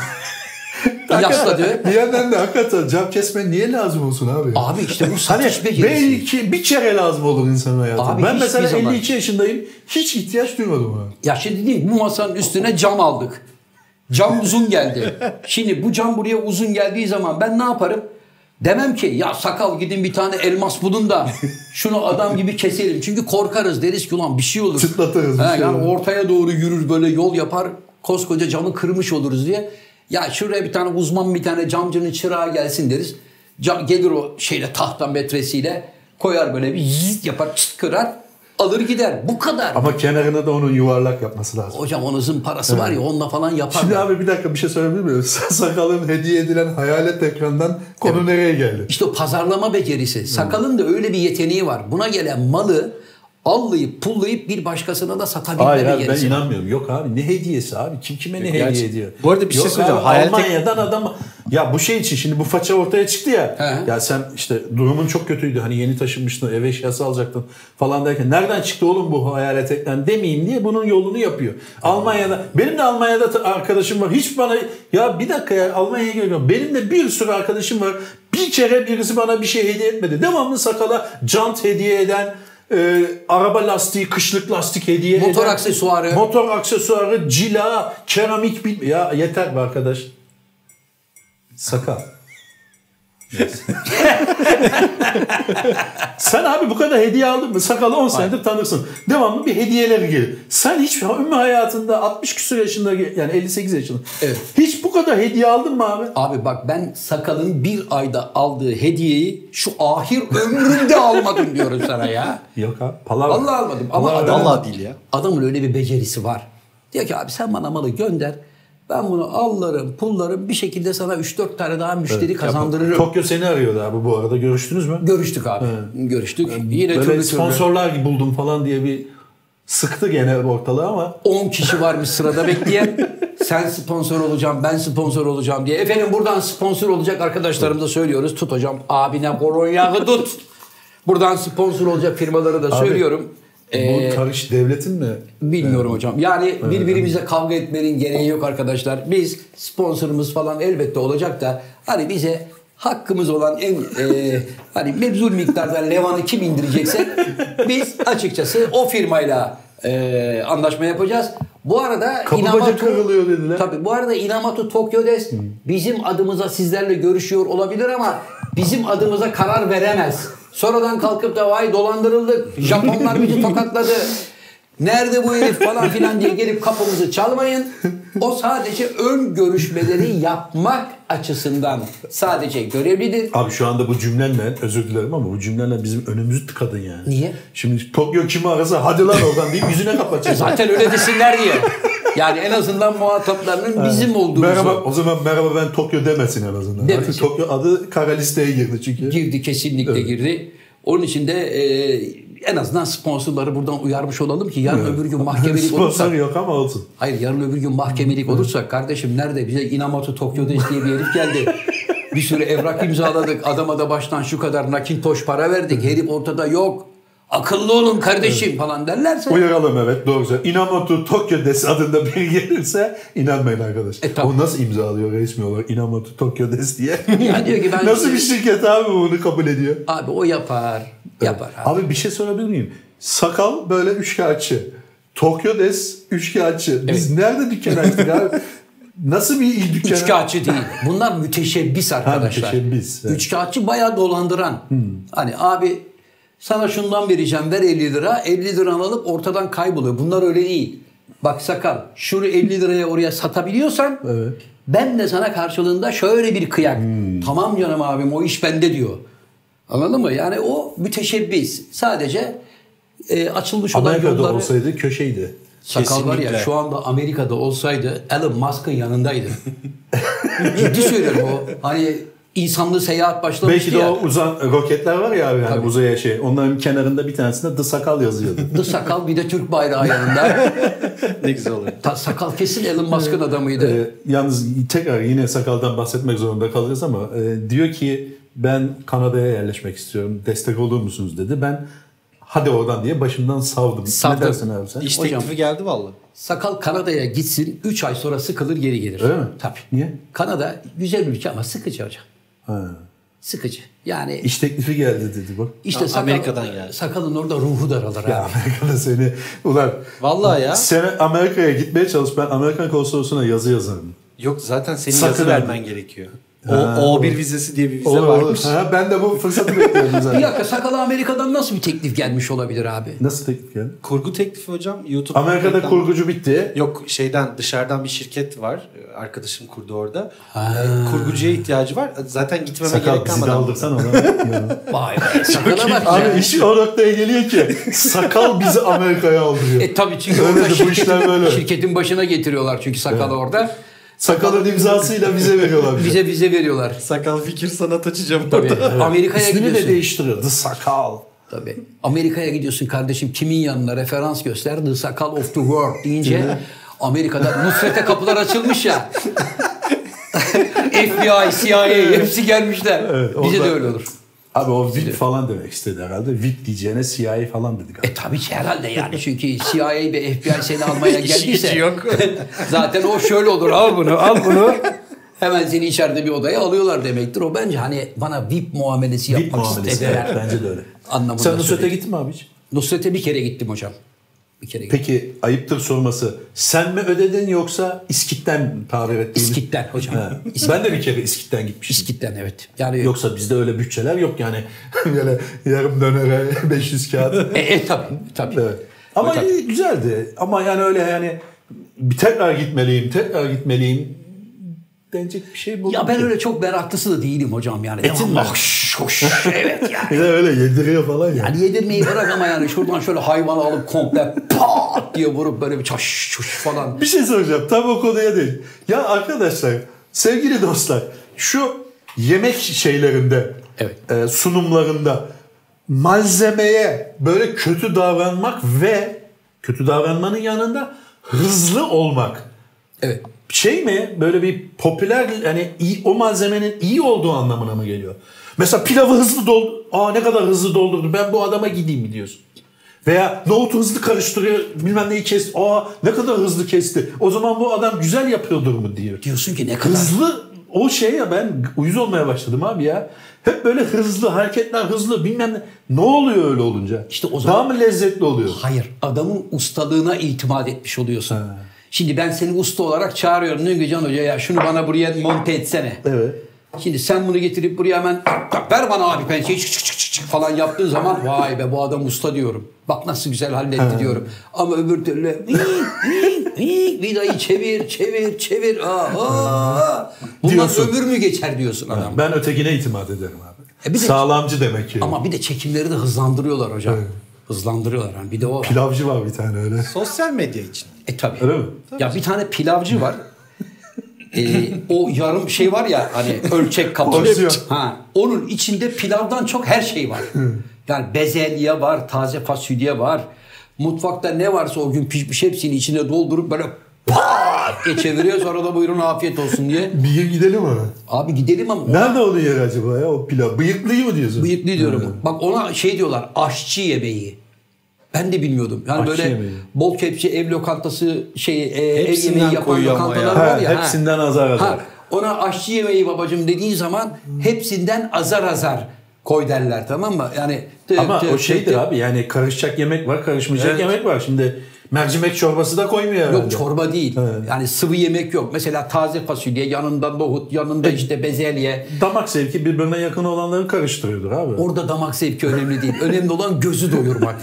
yasladı. Bir yandan da hakikaten cam kesmen niye lazım olsun abi? Abi işte bu satış hani becerisi. Belki bir kere lazım olur insanın hayatında. Abi ben mesela zaman. elli iki yaşındayım. Hiç ihtiyaç duymadım abi. Ya şimdi değil, bu masanın üstüne cam aldık. Cam uzun geldi. Şimdi bu cam buraya uzun geldiği zaman ben ne yaparım? Demem ki ya sakal gidin bir tane elmas bulun da şunu adam gibi keselim. Çünkü korkarız, deriz ki ulan bir şey olur. Çıtlatırız. He, şey yani ortaya doğru yürür böyle yol yapar, koskoca camı kırmış oluruz diye. Ya şuraya bir tane uzman bir tane camcının çırağı gelsin deriz. Cam, gelir o şeyle tahta metresiyle koyar böyle bir zzz yapar, çıt kırar. Alır gider. Bu kadar. Ama kenarına da onun yuvarlak yapması lazım. Hocam onun parası evet. var ya onunla falan yapar. Şimdi abi bir dakika bir şey söyleyebilir miyim? Sakalın hediye edilen hayalet ekrandan konu evet. nereye geldi? İşte o pazarlama becerisi. Sakalın da öyle bir yeteneği var. Buna gelen malı allayıp pullayıp bir başkasına da satabilme Hayır abi becerisi. ben inanmıyorum. Yok abi ne hediyesi abi? Kim kime ne Yok, hediye gerçi. ediyor? Bu arada bir Yok şey söyleyeceğim. Abi, Almanya'dan adam ya bu şey için şimdi bu faça ortaya çıktı ya. He. Ya sen işte durumun çok kötüydü. Hani yeni taşınmıştın, ev eşyası alacaktın falan derken nereden çıktı oğlum bu hayalet ekran demeyeyim diye bunun yolunu yapıyor. Almanya'da benim de Almanya'da arkadaşım var. Hiç bana ya bir dakika ya Almanya'ya geliyorum. Benim de bir sürü arkadaşım var. Bir kere birisi bana bir şey hediye etmedi. Devamlı sakala jant hediye eden Ee, araba lastiği, kışlık lastik hediye motor eden, aksesuarı. Motor aksesuarı, cila, keramik bil... Ya yeter be arkadaş. Sakal. Sen abi bu kadar hediye aldın mı? Sakalı on senedir tanırsın. Devamlı bir hediyeler gelir. Sen hiç ömrü hayatında altmış küsur yaşında yani elli sekiz yaşında. Evet. Hiç bu kadar hediye aldın mı abi? Abi bak ben Sakal'ın bir ayda aldığı hediyeyi şu ahir ömründe almadım diyorum sana ya. Yok abi. Palavra. Vallahi almadım. Ama adam, vallahi değil ya. Adamın öyle bir becerisi var. Diyor ki abi sen bana malı gönder. Ben bunu allarım, pullarım bir şekilde sana üç dört tane daha müşteri evet, kazandırırım. Tokyo seni arıyordu abi bu arada. Görüştünüz mü? Görüştük abi. Evet. Görüştük. Yani yine böyle türlü sponsorlar türlü. buldum falan diye bir sıktı gene ortalığı ama. on kişi varmış sırada bekleyen. Sen sponsor olacağım, ben sponsor olacağım diye. Efendim buradan sponsor olacak arkadaşlarımıza söylüyoruz. Tut hocam abine kolonyağı tut. Buradan sponsor olacak firmaları da abi, söylüyorum. Bu ee, karış devletin mi? Bilmiyorum evet. hocam. Yani evet, birbirimizle evet. kavga etmenin gereği yok arkadaşlar. Biz sponsorumuz falan elbette olacak da hani bize hakkımız olan en e, hani mebzul miktarda levanı kim indirecekse biz açıkçası o firmayla e, anlaşma yapacağız. Bu arada Inamatu kırılıyor dediler. Tabii bu arada Inamatu Tokyo Des hmm. bizim adımıza sizlerle görüşüyor olabilir ama bizim adımıza karar veremez. Sonradan kalkıp da vay dolandırıldık. Japonlar bizi tokatladı. Nerede bu herif falan filan diye gelip kapımızı çalmayın. O sadece ön görüşmeleri yapmak açısından sadece görevlidir. Abi şu anda bu cümlenle özür dilerim ama bu cümlenle bizim önümüzü tıkadın yani. Niye? Şimdi Tokyo kimi arasa hadi lan oradan deyip yüzüne kapatacağız. Zaten öyle desinler diye. Yani en azından muhataplarının bizim olduğumuzu. Merhaba, o zaman merhaba ben Tokyo demesin en azından. Demesin. Tokyo adı kara listeye girdi çünkü. Girdi kesinlikle evet. girdi. Onun için de e, en azından sponsorları buradan uyarmış olalım ki yarın evet. öbür gün mahkemelik Sponsor olursak. Sponsor yok ama olsun. Hayır yarın öbür gün mahkemelik olursak kardeşim nerede bize Inamatu Tokyo Des diye bir herif geldi. Bir sürü evrak imzaladık. Adama da baştan şu kadar nakintoş para verdik. Herif ortada yok. Akıllı olun kardeşim evet. falan derlerse. Uyaralım evet doğru. Inamoto Tokyo Des adında biri gelirse inanmayın arkadaş. E, o nasıl imzalıyor resmi olarak Inamoto Tokyo Des diye. Ya diyor ki ben nasıl bir şirket abi bunu kabul ediyor? Abi o yapar. Evet. Yapar abi. Abi bir şey sorabilir miyim? Sakal böyle üçkağıtçı. Tokyo Des üçkağıtçı. Biz evet. nerede dükkan açtık abi? Nasıl bir ilk dükkan? Üçkağıtçı değil. Bunlar müteşebbis arkadaşlar. Ha, müteşebbis. Evet. Üçkağıtçı bayağı dolandıran. Hmm. Hani abi sana şundan vereceğim ver elli lira. elli lira alıp ortadan kayboluyor. Bunlar öyle değil. Bak sakal şunu elli liraya oraya satabiliyorsan evet. ben de sana karşılığında şöyle bir kıyak. Hmm. Tamam canım abim o iş bende diyor. Anladın mı? Yani o müteşebbis. Sadece e, açılmış olan Amerika'da yolları... olsaydı köşeydi. Sakal kesinlikle. Var ya şu anda Amerika'da olsaydı Elon Musk'ın yanındaydı. Ciddi söylüyorum o. Hani insanlığı seyahat başlamıştı belki de ya. O uzan roketler var ya abi hani uzaya şey. Onların kenarında bir tanesinde The Sakal yazıyordu. The Sakal bir de Türk bayrağı yanında. Ne güzel oluyor. Sakal kesin Elon Musk'ın adamıydı. Ee, yalnız tekrar yine Sakal'dan bahsetmek zorunda kalacağız ama e, diyor ki ben Kanada'ya yerleşmek istiyorum. Destek olur musunuz dedi. Ben hadi oradan diye başımdan savdım. Savdım. Ne dersin abi sen? İş teklifi Hocam, geldi vallahi. Sakal Kanada'ya gitsin üç ay sonra sıkılır geri gelir. Öyle mi? Tabii. Niye? Kanada güzel bir ülke ama sıkıcı hocam. Ha. Sıkıcı. Yani iş teklifi geldi dedi bak. İşte sakal, Amerika'dan geldi. Sakalın orada ruhu daralır ya abi. Amerika'da seni ulan. Vallahi ya. Sen Amerika'ya gitmeye çalış. Ben Amerikan konsolosluğuna yazı yazarım. Yok zaten senin sakın yazı vermen gerekiyor. O, O bir vizesi diye bir vize olur, varmış. Ha, ben de bu fırsatı bekliyorum zaten. Bir dakika Sakal'a Amerika'dan nasıl bir teklif gelmiş olabilir abi? Nasıl teklif geldi? Kurgu teklifi hocam. YouTube Amerika'da reklam... kurgucu bitti. Yok şeyden dışarıdan bir şirket var. Arkadaşım kurdu orada. Ha. Kurgucuya ihtiyacı var. Zaten gitmeme Sakal, gerek kalmadan. Sakal bizi de aldırsan ona. Vay be. Sakal'a bak ya. Abi iş o noktaya geliyor ki Sakal bizi Amerika'ya aldırıyor. E tabii çünkü orada şirketin, böyle. şirketin başına getiriyorlar çünkü Sakal'ı evet. orada. Sakal'ın imzasıyla vize veriyorlar. Bize bize vize veriyorlar. Sakal fikir sanat açacağım tabii. orada. Evet. Amerika'ya İsmini gidiyorsun. de değiştiriyor. The Sakal. Tabii. Amerika'ya gidiyorsun kardeşim kimin yanına referans göster. The Sakal of the World deyince Amerika'da Nusret'e kapılar açılmış ya. F B I, C I A hepsi gelmişler. Evet, bize orada... de öyle olur. Abi o V I P falan demek istedi herhalde. V I P diyeceğine C I A falan dedik. E tabii ki herhalde yani. Çünkü C I A ve F B I seni almaya geldiyse yok. Zaten o şöyle olur. Al bunu, al bunu. Hemen seni içeride bir odaya alıyorlar demektir. O bence hani bana V I P muamelesi yapmak istediler. Evet, bence de öyle. Anlamında sen Nusret'e gittin mi abi hiç? Nusret'e bir kere gittim hocam. Bir kere gittim. Peki ayıptır sorması. Sen mi ödedin yoksa İskit'ten tabir ettiğini? İskit'ten hocam. Ben de bir kere İskit'ten gitmiştim. İskit'ten evet. Yani yoksa bizde öyle bütçeler yok yani. Böyle yarım dönere beş yüz kağıt. e, e tabii tabii. Evet. Ama tabii. Güzeldi. Ama yani öyle yani bir tekrar gitmeliyim, tekrar gitmeliyim denecek bir şey buldum. Ya ben ki. öyle çok meraklısı da değilim hocam yani. Etin mi? Hoş, hoş, evet yani. Bir de öyle yediriyor falan ya. Yani yedirmeyi bırak ama yani şuradan şöyle hayvanı alıp komple pat diye vurup böyle bir çaş çuş falan. Bir şey soracağım tam o konuya değil. Ya arkadaşlar sevgili dostlar şu yemek şeylerinde evet. e, sunumlarında malzemeye böyle kötü davranmak ve kötü davranmanın yanında hızlı olmak. Evet. Şey mi böyle bir popüler yani iyi, o malzemenin iyi olduğu anlamına mı geliyor? Mesela pilavı hızlı doldur. Aa ne kadar hızlı doldurdu. Ben bu adama gideyim mi diyorsun? Veya nohutu hızlı karıştırıyor. Bilmem neyi kesti. Aa ne kadar hızlı kesti. O zaman bu adam güzel yapıyordur mu diyor. Diyorsun ki ne kadar hızlı o şey ya ben uyuz olmaya başladım abi ya. Hep böyle hızlı hareketler hızlı bilmem ne. Ne oluyor öyle olunca? İşte o zaman daha mı lezzetli oluyor? Hayır. Adamın ustalığına itimat etmiş oluyorsun. Ha. Şimdi ben seni usta olarak çağırıyorum. Nüngücan Hoca ya şunu bana buraya monte etsene. Evet. Şimdi sen bunu getirip buraya hemen ver bana abi pençeyi çık çık çık çık falan yaptığın zaman vay be bu adam usta diyorum. Bak nasıl güzel halletti diyorum. Ama öbür türlü vidayı çevir çevir çevir. Aa, bundan diyorsun. Ömür mü geçer diyorsun adam. Ben ötekine itimat ederim abi. E de, sağlamcı demek ki. Ama bir de çekimleri de hızlandırıyorlar hocam. Evet. Hızlandırıyorlar. Yani bir de o pilavcı var bir tane öyle. Sosyal medya için. E tabii. Öyle mi? Ya tabii. Bir tane pilavcı var. ee, o yarım şey var ya hani ölçek kapı. Ha, onun içinde pilavdan çok her şey var. Yani bezelye var, taze fasulye var. Mutfakta ne varsa o gün pişmiş hepsini içine doldurup böyle pat diye çeviriyor. Sonra da buyurun afiyet olsun diye. Bir gün gidelim ama. Abi gidelim ama. Nerede onun yeri acaba ya o pilav? Bıyıklıyı mı diyorsun? Bıyıklı diyorum. Evet. Bak ona şey diyorlar, aşçı yemeği. Ben de bilmiyordum. Yani aşçı böyle yemeği. Bol kepçe ev lokantası şey e, ev yemeği yapan lokantalar ya. var ya. Hepsinden ha. azar azar. Ha, ona aşçı yemeği babacığım dediğin zaman hepsinden azar azar koy derler, tamam mı? Yani tı, ama tı, o şeydir tı, abi yani karışacak yemek var, karışmayacak evet. yemek var. Şimdi mercimek çorbası da koymuyor herhalde. Yok çorba değil. Evet. Yani sıvı yemek yok. Mesela taze fasulye, yanında nohut, yanında evet. işte bezelye. Damak zevki birbirine yakın olanları karıştırıyordur abi. Orada damak zevki önemli değil. Önemli olan gözü doyurmak.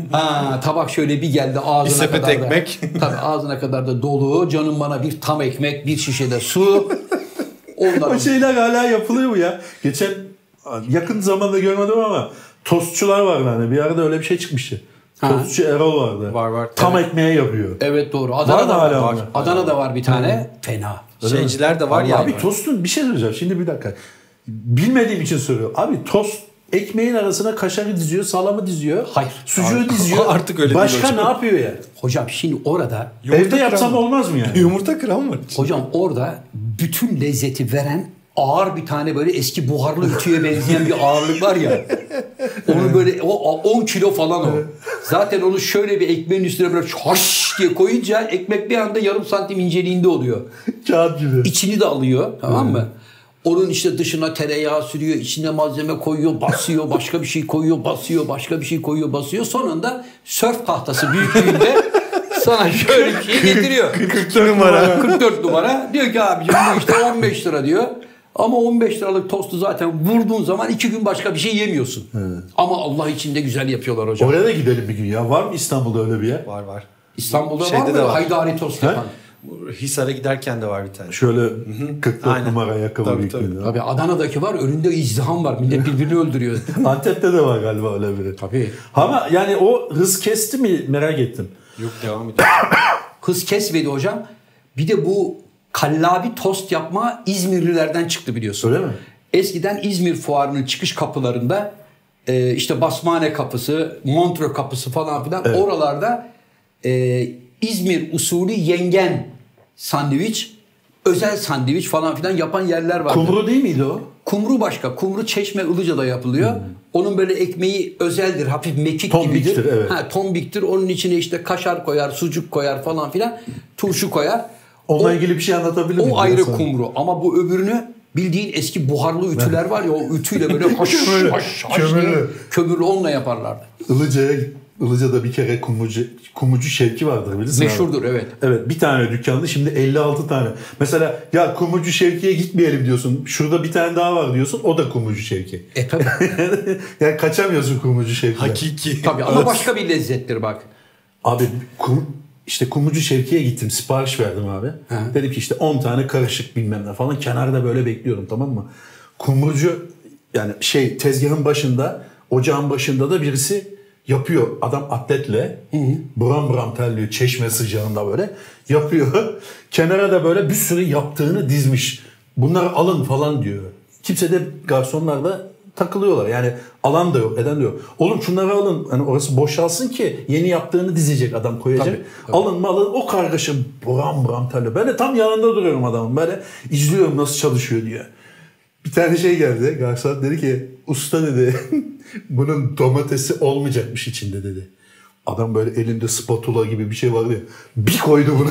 ha, tabak şöyle bir geldi ağzına bir kadar ekmek. Da, tabii ağzına kadar da dolu. Canım bana bir tam ekmek, bir şişe de su. Ondan o şeyler hala yapılıyor mu ya? Geçen yakın zamanda görmedim ama tostçular vardı hani. Bir arada öyle bir şey çıkmıştı. Tostçu Erol vardı. Var var. Tam evet. ekmeğe yapıyor. Evet doğru. Adana'da var. var. Adana'da var bir tane. Hı. Fena. Şeyciler de var ya. Abi tostun bir şey söyleyeceğim. Şimdi bir dakika. Bilmediğim için soruyorum. Abi tost ekmeğin arasına kaşarı diziyor, salamı diziyor. Hayır. Sucuğu Artık, diziyor. Artık öyle Başka değil ne hocam. yapıyor ya? Hocam şimdi orada evde yapsam olmaz mı yani? Yumurta kıran var. Hocam orada bütün lezzeti veren ağır bir tane böyle eski buharlı ütüye benzeyen bir ağırlık var ya. Onu böyle o on kilo falan o. Zaten onu şöyle bir ekmeğin üstüne böyle haş diye koyunca ekmek bir anda yarım santim inceliğinde oluyor. Kağıt gibi. İçini de alıyor, tamam mı? Onun işte dışına tereyağı sürüyor, içine malzeme koyuyor, basıyor, başka bir şey koyuyor, basıyor, başka bir şey koyuyor, basıyor. Sonunda sörf tahtası büyüklüğünde sana şöyle bir şey getiriyor. kırk dört numara. kırk dört numara. Diyor ki abicim bu işte on beş lira diyor. Ama on beş liralık tostu zaten vurduğun zaman iki gün başka bir şey yemiyorsun. Hı. Ama Allah için de güzel yapıyorlar hocam. Oraya da gidelim bir gün ya. Var mı İstanbul'da öyle bir yer? Var var. İstanbul'da Şeyde var mı? Var. Haydari tost yapan. Hisar'a giderken de var bir tane. Şöyle kırk dört Aynen. numara ayakkabı büyüklüğünde. Tabii Adana'daki var. Önünde izdiham var. Millet birbirini öldürüyor. Antep'te de var galiba öyle biri. Tabii. Ama yani o hız kesti mi merak ettim. Yok devam ediyor. Hız kesmedi hocam. Bir de bu kallabi tost yapma İzmirlilerden çıktı biliyorsun. Öyle mi? Eskiden İzmir fuarının çıkış kapılarında e, işte Basmane kapısı, Montreux kapısı falan filan evet. oralarda e, İzmir usulü yengen sandviç, özel sandviç falan filan yapan yerler vardı. Kumru değil miydi o? Kumru başka. Kumru Çeşme Ilıca'da yapılıyor. Hmm. Onun böyle ekmeği özeldir. Hafif mekik tombiktir, gibidir. Evet. Ha, tombiktir. Onun içine işte kaşar koyar, sucuk koyar falan filan. Turşu koyar. Onunla o, ilgili bir şey anlatabilir miyim? O ayrı sana? Kumru. Ama bu öbürünü bildiğin eski buharlı ütüler var ya, o ütüyle böyle haş haş haş kömürlü. kömürlü onunla yaparlardı. Ilıca'ya Ilıca'da bir kere kumucu, kumucu Şevki vardır bilirsin. Meşhurdur abi. evet. Evet bir tane dükkanda şimdi elli altı tane. Mesela ya Kumucu Şevki'ye gitmeyelim diyorsun. Şurada bir tane daha var diyorsun. O da Kumucu Şevki. E tabii. Yani kaçamıyorsun Kumucu Şevki'ye. Hakiki. Tabii ama başka bir lezzettir bak. Abi kum, işte Kumucu Şevki'ye gittim. Sipariş verdim abi. Hı. Dedim ki işte on tane karışık bilmem ne falan. Kenarda böyle bekliyorum, tamam mı? Kumucu yani şey tezgahın başında, ocağın başında da birisi yapıyor. Adam atletle hı hı. buram buram terliyor. Çeşme sıcağında böyle yapıyor. Kenara da böyle bir sürü yaptığını dizmiş. Bunları alın falan diyor. Kimse de, garsonlar da takılıyorlar. Yani alan da yok, eden de yok. Oğlum şunları alın. Hani orası boşalsın ki yeni yaptığını dizecek adam, koyacak. Tabii, tabii. Alın mı alın. O kargaşa buram buram terliyor. Ben de tam yanında duruyorum adamın. Böyle izliyorum nasıl çalışıyor diye. Bir tane şey geldi. Garson dedi ki usta dedi bunun domatesi olmayacakmış içinde dedi. Adam böyle elinde spatula gibi bir şey vardı ya. Bir koydu bunu.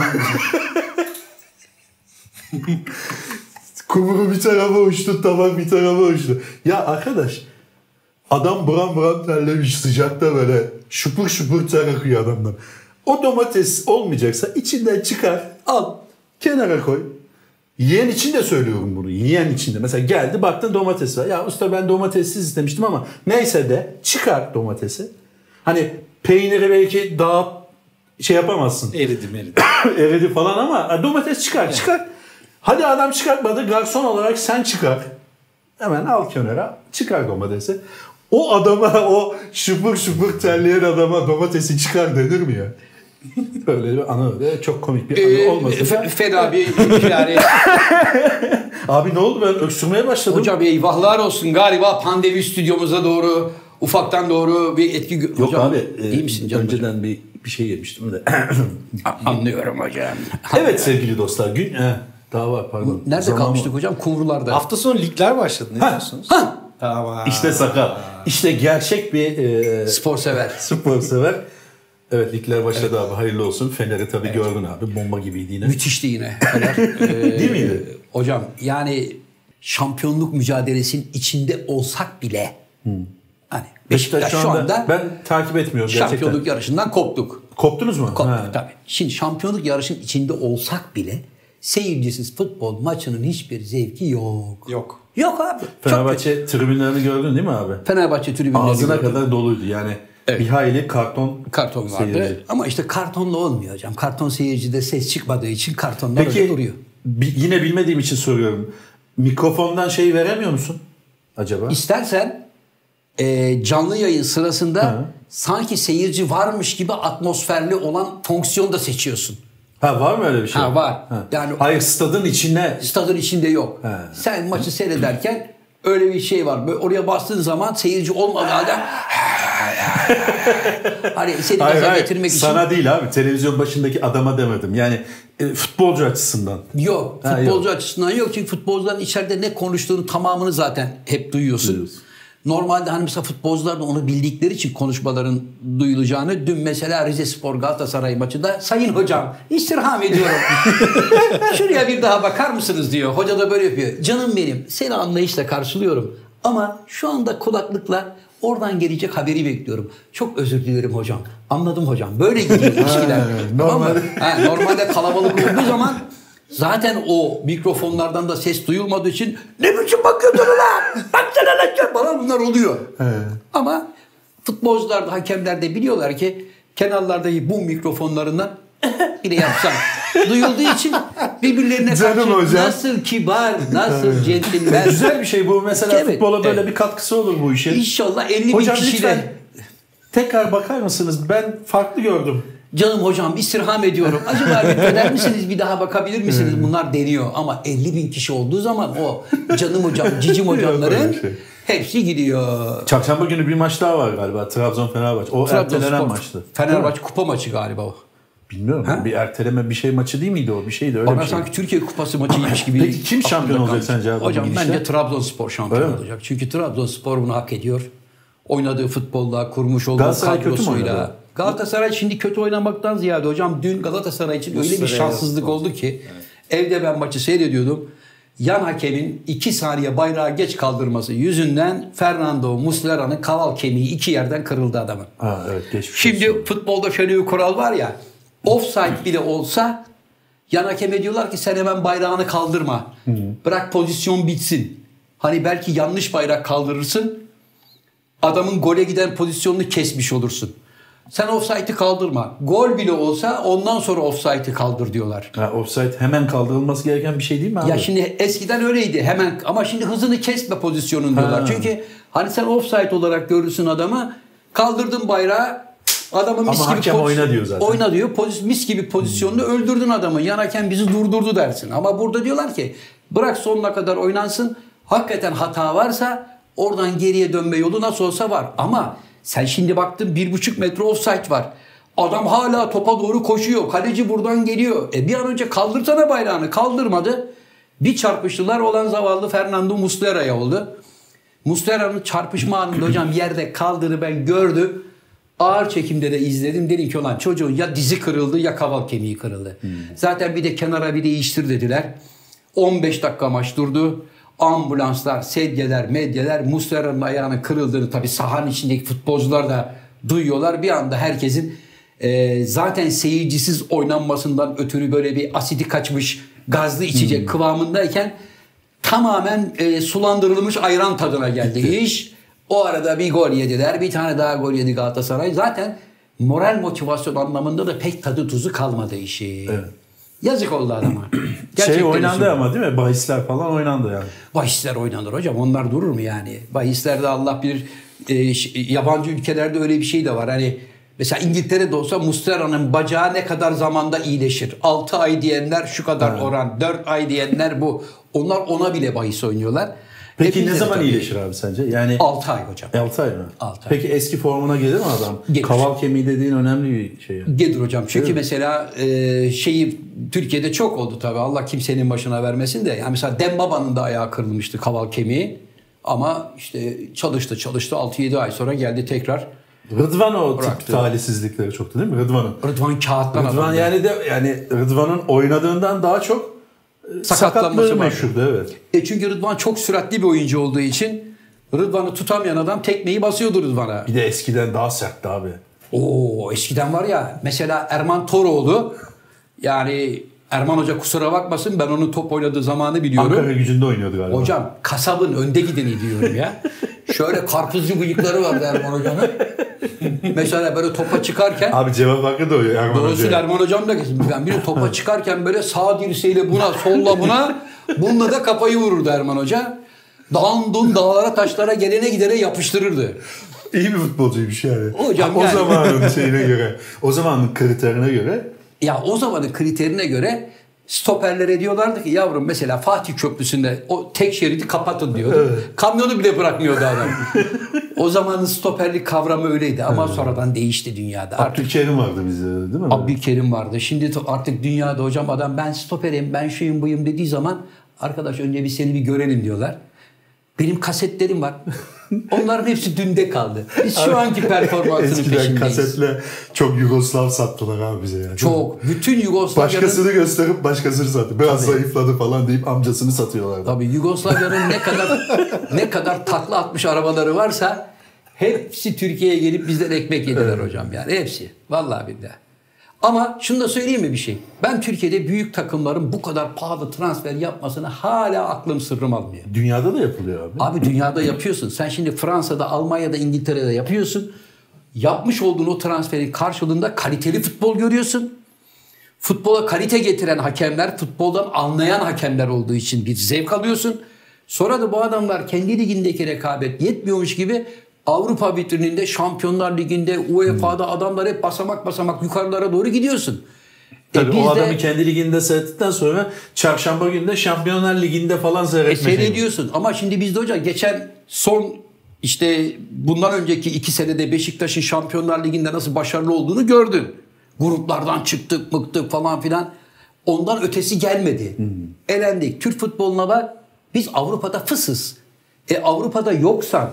Kumru bir tarafa uçtu, tabak bir tarafa uçtu. Ya arkadaş adam buram buram terlemiş sıcakta böyle şupur şupur ter akıyor adamdan. O domates olmayacaksa içinden çıkar al kenara koy. Yiyen için de söylüyorum bunu. Yiyen için de. Mesela geldi baktın domates var. Ya usta ben domatessiz istemiştim ama neyse de çıkar domatesi. Hani peyniri belki daha şey yapamazsın. Eridi meridi. Eridi falan ama domates çıkar evet. çıkar. Hadi adam çıkartmadı. Garson olarak sen çıkar. Hemen al kenara. Çıkar domatesi. O adama, o şıpır şıpır terleyen adama domatesi çıkar denir mi ya? Öyle bir anı öyle. Çok komik bir anı ee, olmasın. Fe, fena bir yani. Abi ne oldu, ben öksürmeye başladım. Hocam eyvahlar olsun, galiba pandemi stüdyomuza doğru ufaktan doğru bir etki. Yok hocam, abi. İyi misin canım önceden hocam? bir bir şey yemiştim de. Anlıyorum hocam. Evet sevgili dostlar. Gün he, daha var pardon. Nerede Zaman kalmıştık mı? Hocam? Kumrularda. Hafta sonu ligler başladı. Ne ha, diyorsunuz? Ha. Tamam. İşte Saka. İşte gerçek bir e, spor sever. Spor sever. Evet ligler başladı evet. Abi. Hayırlı olsun. Fener'i tabii evet. Gördün abi. Bomba gibiydi yine. Müthişti yine. Fener. ee, Değil miydi? Hocam yani şampiyonluk mücadelesinin içinde olsak bile hmm. hani Beşiktaş, Beşiktaş şu anda, anda ben takip etmiyorum şampiyonluk gerçekten. yarışından koptuk. Koptunuz mu? Koptuk ha. Tabii. Şimdi şampiyonluk yarışının içinde olsak bile seyircisiz futbol maçının hiçbir zevki yok. Yok. Yok abi. Fenerbahçe tribünlerini gördün değil mi abi? Fenerbahçe tribünlerini ağzına gördüm. kadar doluydu yani. Evet. Bir hayli karton karton vardı. Seyirci. Ama işte kartonla olmuyor hocam. Karton seyircide ses çıkmadığı için kartonlar Peki, öyle duruyor. Peki yine bilmediğim için soruyorum. Mikrofondan şey veremiyor musun acaba? İstersen e, canlı yayın sırasında ha. sanki seyirci varmış gibi atmosferli olan fonksiyonu da seçiyorsun. Ha var mı öyle bir şey? Ha var. Ha. Yani hayır stadın içinde. Stadın içinde yok. Ha. Sen maçı seyrederken öyle bir şey var. Böyle oraya bastığın zaman seyirci olmadığı halde hani seni hayır, gaza hayır. getirmek için. Sana değil abi. Televizyon başındaki adama demedim. Yani e, futbolcu açısından. Yok. Ha, futbolcu yok. açısından yok. Çünkü futbolcuların içeride ne konuştuğunu tamamını zaten hep duyuyorsun. Duyuyorsun. Normalde hani mesela futbolcular da onu bildikleri için konuşmaların duyulacağını dün mesela Rizespor Galatasaray maçında sayın hocam istirham ediyorum. Şuraya bir daha bakar mısınız diyor. Hoca da böyle yapıyor. Canım benim seni anlayışla karşılıyorum. Ama şu anda kulaklıkla oradan gelecek haberi bekliyorum. Çok özür dilerim hocam. Anladım hocam. Böyle gidiyor ilişkiler. Normalde. Ha, normalde kalabalık olduğu zaman zaten o mikrofonlardan da ses duyulmadığı için ne biçim bakıyorsun lan? Baksana lan falan bunlar oluyor. He. Ama futbolcular da hakemler de biliyorlar ki kenarlardaki bu mikrofonlarından bile yapsan duyulduğu için birbirlerine karşı nasıl kibar, nasıl centilmen. Güzel bir şey bu. Mesela evet, futbola böyle evet. bir katkısı olur bu işin. İnşallah elli bin kişiyle. Tekrar bakar mısınız? Ben farklı gördüm. Canım hocam istirham ediyorum. Acaba lütfeder misiniz? Bir daha bakabilir misiniz? Bunlar deniyor. Ama elli bin kişi olduğu zaman o canım hocam, cicim hocamların şey. hepsi gidiyor. Çarşamba günü bir maç daha var galiba. Trabzon-Fenerbahçe. O Trabzon ertelenen Spor, maçtı. Fenerbahçe kupa maçı galiba o. Bilmiyorum. Ha? Bir erteleme bir şey maçı değil miydi o? Bir şeydi öyle Bana bir şey. sanki Türkiye Kupası maçıymış gibi. Peki kim şampiyon olacak sence abi? Hocam bence Trabzonspor şampiyon olacak. Çünkü Trabzonspor bunu hak ediyor. Oynadığı futbolla, kurmuş olduğu Galatasaray kadrosuyla. Galatasaray şimdi kötü oynamaktan ziyade hocam dün Galatasaray için öyle bir şanssızlık oldu ki evet. evde ben maçı seyrediyordum. Yan hakemin iki saniye bayrağı geç kaldırması yüzünden Fernando Muslera'nın kaval kemiği iki yerden kırıldı adamın. Ha, evet, geçmiş şimdi olsun. Futbolda şöyle bir kural var ya, offside bile olsa yan hakeme diyorlar ki sen hemen bayrağını kaldırma. Hı. Bırak pozisyon bitsin. Hani belki yanlış bayrak kaldırırsın. Adamın gole giden pozisyonunu kesmiş olursun. Sen offside'i kaldırma. Gol bile olsa ondan sonra offside'i kaldır diyorlar. Ha, offside hemen kaldırılması gereken bir şey değil mi abi? Ya şimdi eskiden öyleydi hemen ama şimdi hızını kesme pozisyonun diyorlar. Ha. Çünkü hani sen offside olarak görürsün adamı, kaldırdın bayrağı, adamın mis ama gibi hakem oyna diyor zaten. Oyna diyor. Poz, mis gibi pozisyonunu hmm. öldürdün adamı. Yan hakem bizi durdurdu dersin. Ama burada diyorlar ki bırak sonuna kadar oynansın. Hakikaten hata varsa oradan geriye dönme yolu nasıl olsa var. Ama sen şimdi baktın bir buçuk metre offside var. Adam hala topa doğru koşuyor. Kaleci buradan geliyor. E bir an önce kaldırsana bayrağını. Kaldırmadı. Bir çarpıştılar, olan zavallı Fernando Muslera'ya oldu. Muslera'nın çarpışma anında hocam yerde kaldığını ben gördüm. Ağır çekimde de izledim. Dedim ki olan çocuğun ya dizi kırıldı ya kaval kemiği kırıldı. Hmm. Zaten bir de kenara bir değiştir dediler. on beş dakika maç durdu. Ambulanslar, sedyeler, medyeler, Muslera'nın ayağının kırıldığını tabii sahanın içindeki futbolcular da duyuyorlar. Bir anda herkesin e, zaten seyircisiz oynanmasından ötürü böyle bir asidi kaçmış gazlı içecek hmm. kıvamındayken tamamen e, sulandırılmış ayran tadına geldi iş. O arada bir gol yediler. Bir tane daha gol yedi Galatasaray. Zaten moral motivasyon anlamında da pek tadı tuzu kalmadı işi. Evet. Yazık oldu adama. Şey oynandı üzüldüm. Ama değil mi? Bahisler falan oynandı yani. Bahisler oynanır hocam. Onlar durur mu yani? Bahislerde Allah bilir, e, yabancı ülkelerde öyle bir şey de var. Hani mesela İngiltere'de olsa Muslera'nın bacağı ne kadar zamanda iyileşir? altı ay diyenler şu kadar evet. oran, dört ay diyenler bu. Onlar ona bile bahis oynuyorlar. Peki Hepimiz ne zaman tabii. iyileşir abi sence? Yani altı ay hocam. altı ay mı? altı ay. Peki eski formuna gelir mi adam? Gelir. Kaval kemiği dediğin önemli bir şey. Yani. Gelir hocam. Çünkü mesela e, şeyi Türkiye'de çok oldu tabii. Allah kimsenin başına vermesin de. Yani mesela Dembaba'nın da ayağı kırılmıştı, kaval kemiği. Ama işte çalıştı çalıştı altı yedi ay sonra geldi tekrar. Rıdvan o tip talihsizlikleri çoktu değil mi? Rıdvan'ın. Rıdvan kağıttan Rıdvan adamdı. yani de yani Rıdvan'ın oynadığından daha çok sakatlığı meşhurdu, evet. E çünkü Rıdvan çok süratli bir oyuncu olduğu için Rıdvan'ı tutamayan adam tekmeyi basıyordu Rıdvan'a. Bir de eskiden daha sertti abi. Oo, eskiden var ya mesela Erman Toroğlu, yani Erman Hoca kusura bakmasın, ben onun top oynadığı zamanı biliyorum. Ankara Gücü'nde oynuyordu galiba. Hocam kasabın önde gideni diyorum ya. Şöyle karpuzcu bıyıkları vardı Erman Hoca'nın. Mesela böyle topa çıkarken. Abi cevap hakkı da o Erman Hoca. Doğrusu Erman Hocam da kesin. Ben bir topa çıkarken böyle sağ dirseğiyle buna, solla buna, bununla da kafayı vururdu Erman Hoca. Dağın dun dağlara taşlara gelene gidene yapıştırırdı. İyi bir futbolcuymuş yani. Hocam o yani. zamanın şeyine göre, o zamanın kriterine göre. Ya o zamanın kriterine göre stoperlere diyorlardı ki yavrum mesela Fatih Köprüsü'nde o tek şeridi kapatın diyordu. Evet. Kamyonu bile bırakmıyordu adam. O zamanın stoperlik kavramı öyleydi ama evet. sonradan değişti dünyada. Abdülkerim vardı bizde değil mi? Abdülkerim vardı. Şimdi artık dünyada hocam adam ben stoperim, ben şuyum buyum dediği zaman arkadaş önce bir seni bir görelim diyorlar. Benim kasetlerim var. Onların hepsi dünde kaldı. Biz şu anki performansının eskiden peşindeyiz. kasetle çok Yugoslav sattılar abi bize yani. Çok. Bütün Yugoslavya'nın... Başkasını gösterip başkasını satıyor. Biraz tabii. Zayıfladı falan deyip amcasını satıyorlar. Tabii Yugoslavya'nın ne kadar ne kadar takla atmış arabaları varsa hepsi Türkiye'ye gelip bizden ekmek yediler evet. hocam yani. Hepsi. Vallahi billahi. Ama şunu da söyleyeyim mi bir şey? Ben Türkiye'de büyük takımların bu kadar pahalı transfer yapmasını hala aklım sırrım almıyor. Dünyada da yapılıyor abi. Abi dünyada yapıyorsun. Sen şimdi Fransa'da, Almanya'da, İngiltere'de yapıyorsun. Yapmış olduğun o transferin karşılığında kaliteli futbol görüyorsun. Futbola kalite getiren hakemler, futboldan anlayan hakemler olduğu için bir zevk alıyorsun. Sonra da bu adamlar kendi ligindeki rekabet yetmiyormuş gibi Avrupa vitrininde, Şampiyonlar Ligi'nde, U E Fa'da hmm. adamlar hep basamak basamak yukarılara doğru gidiyorsun. Tabii e o adamı de, kendi liginde seyrettikten sonra çarşamba günü de Şampiyonlar Ligi'nde falan seyretmeye. E seyrediyorsun ama şimdi bizde hocam geçen son işte bundan önceki iki senede Beşiktaş'ın Şampiyonlar Ligi'nde nasıl başarılı olduğunu gördün. Gruplardan çıktık mıktık falan filan. Ondan ötesi gelmedi. Hmm. Elendik. Türk futboluna bak, biz Avrupa'da fısız. E Avrupa'da yoksan,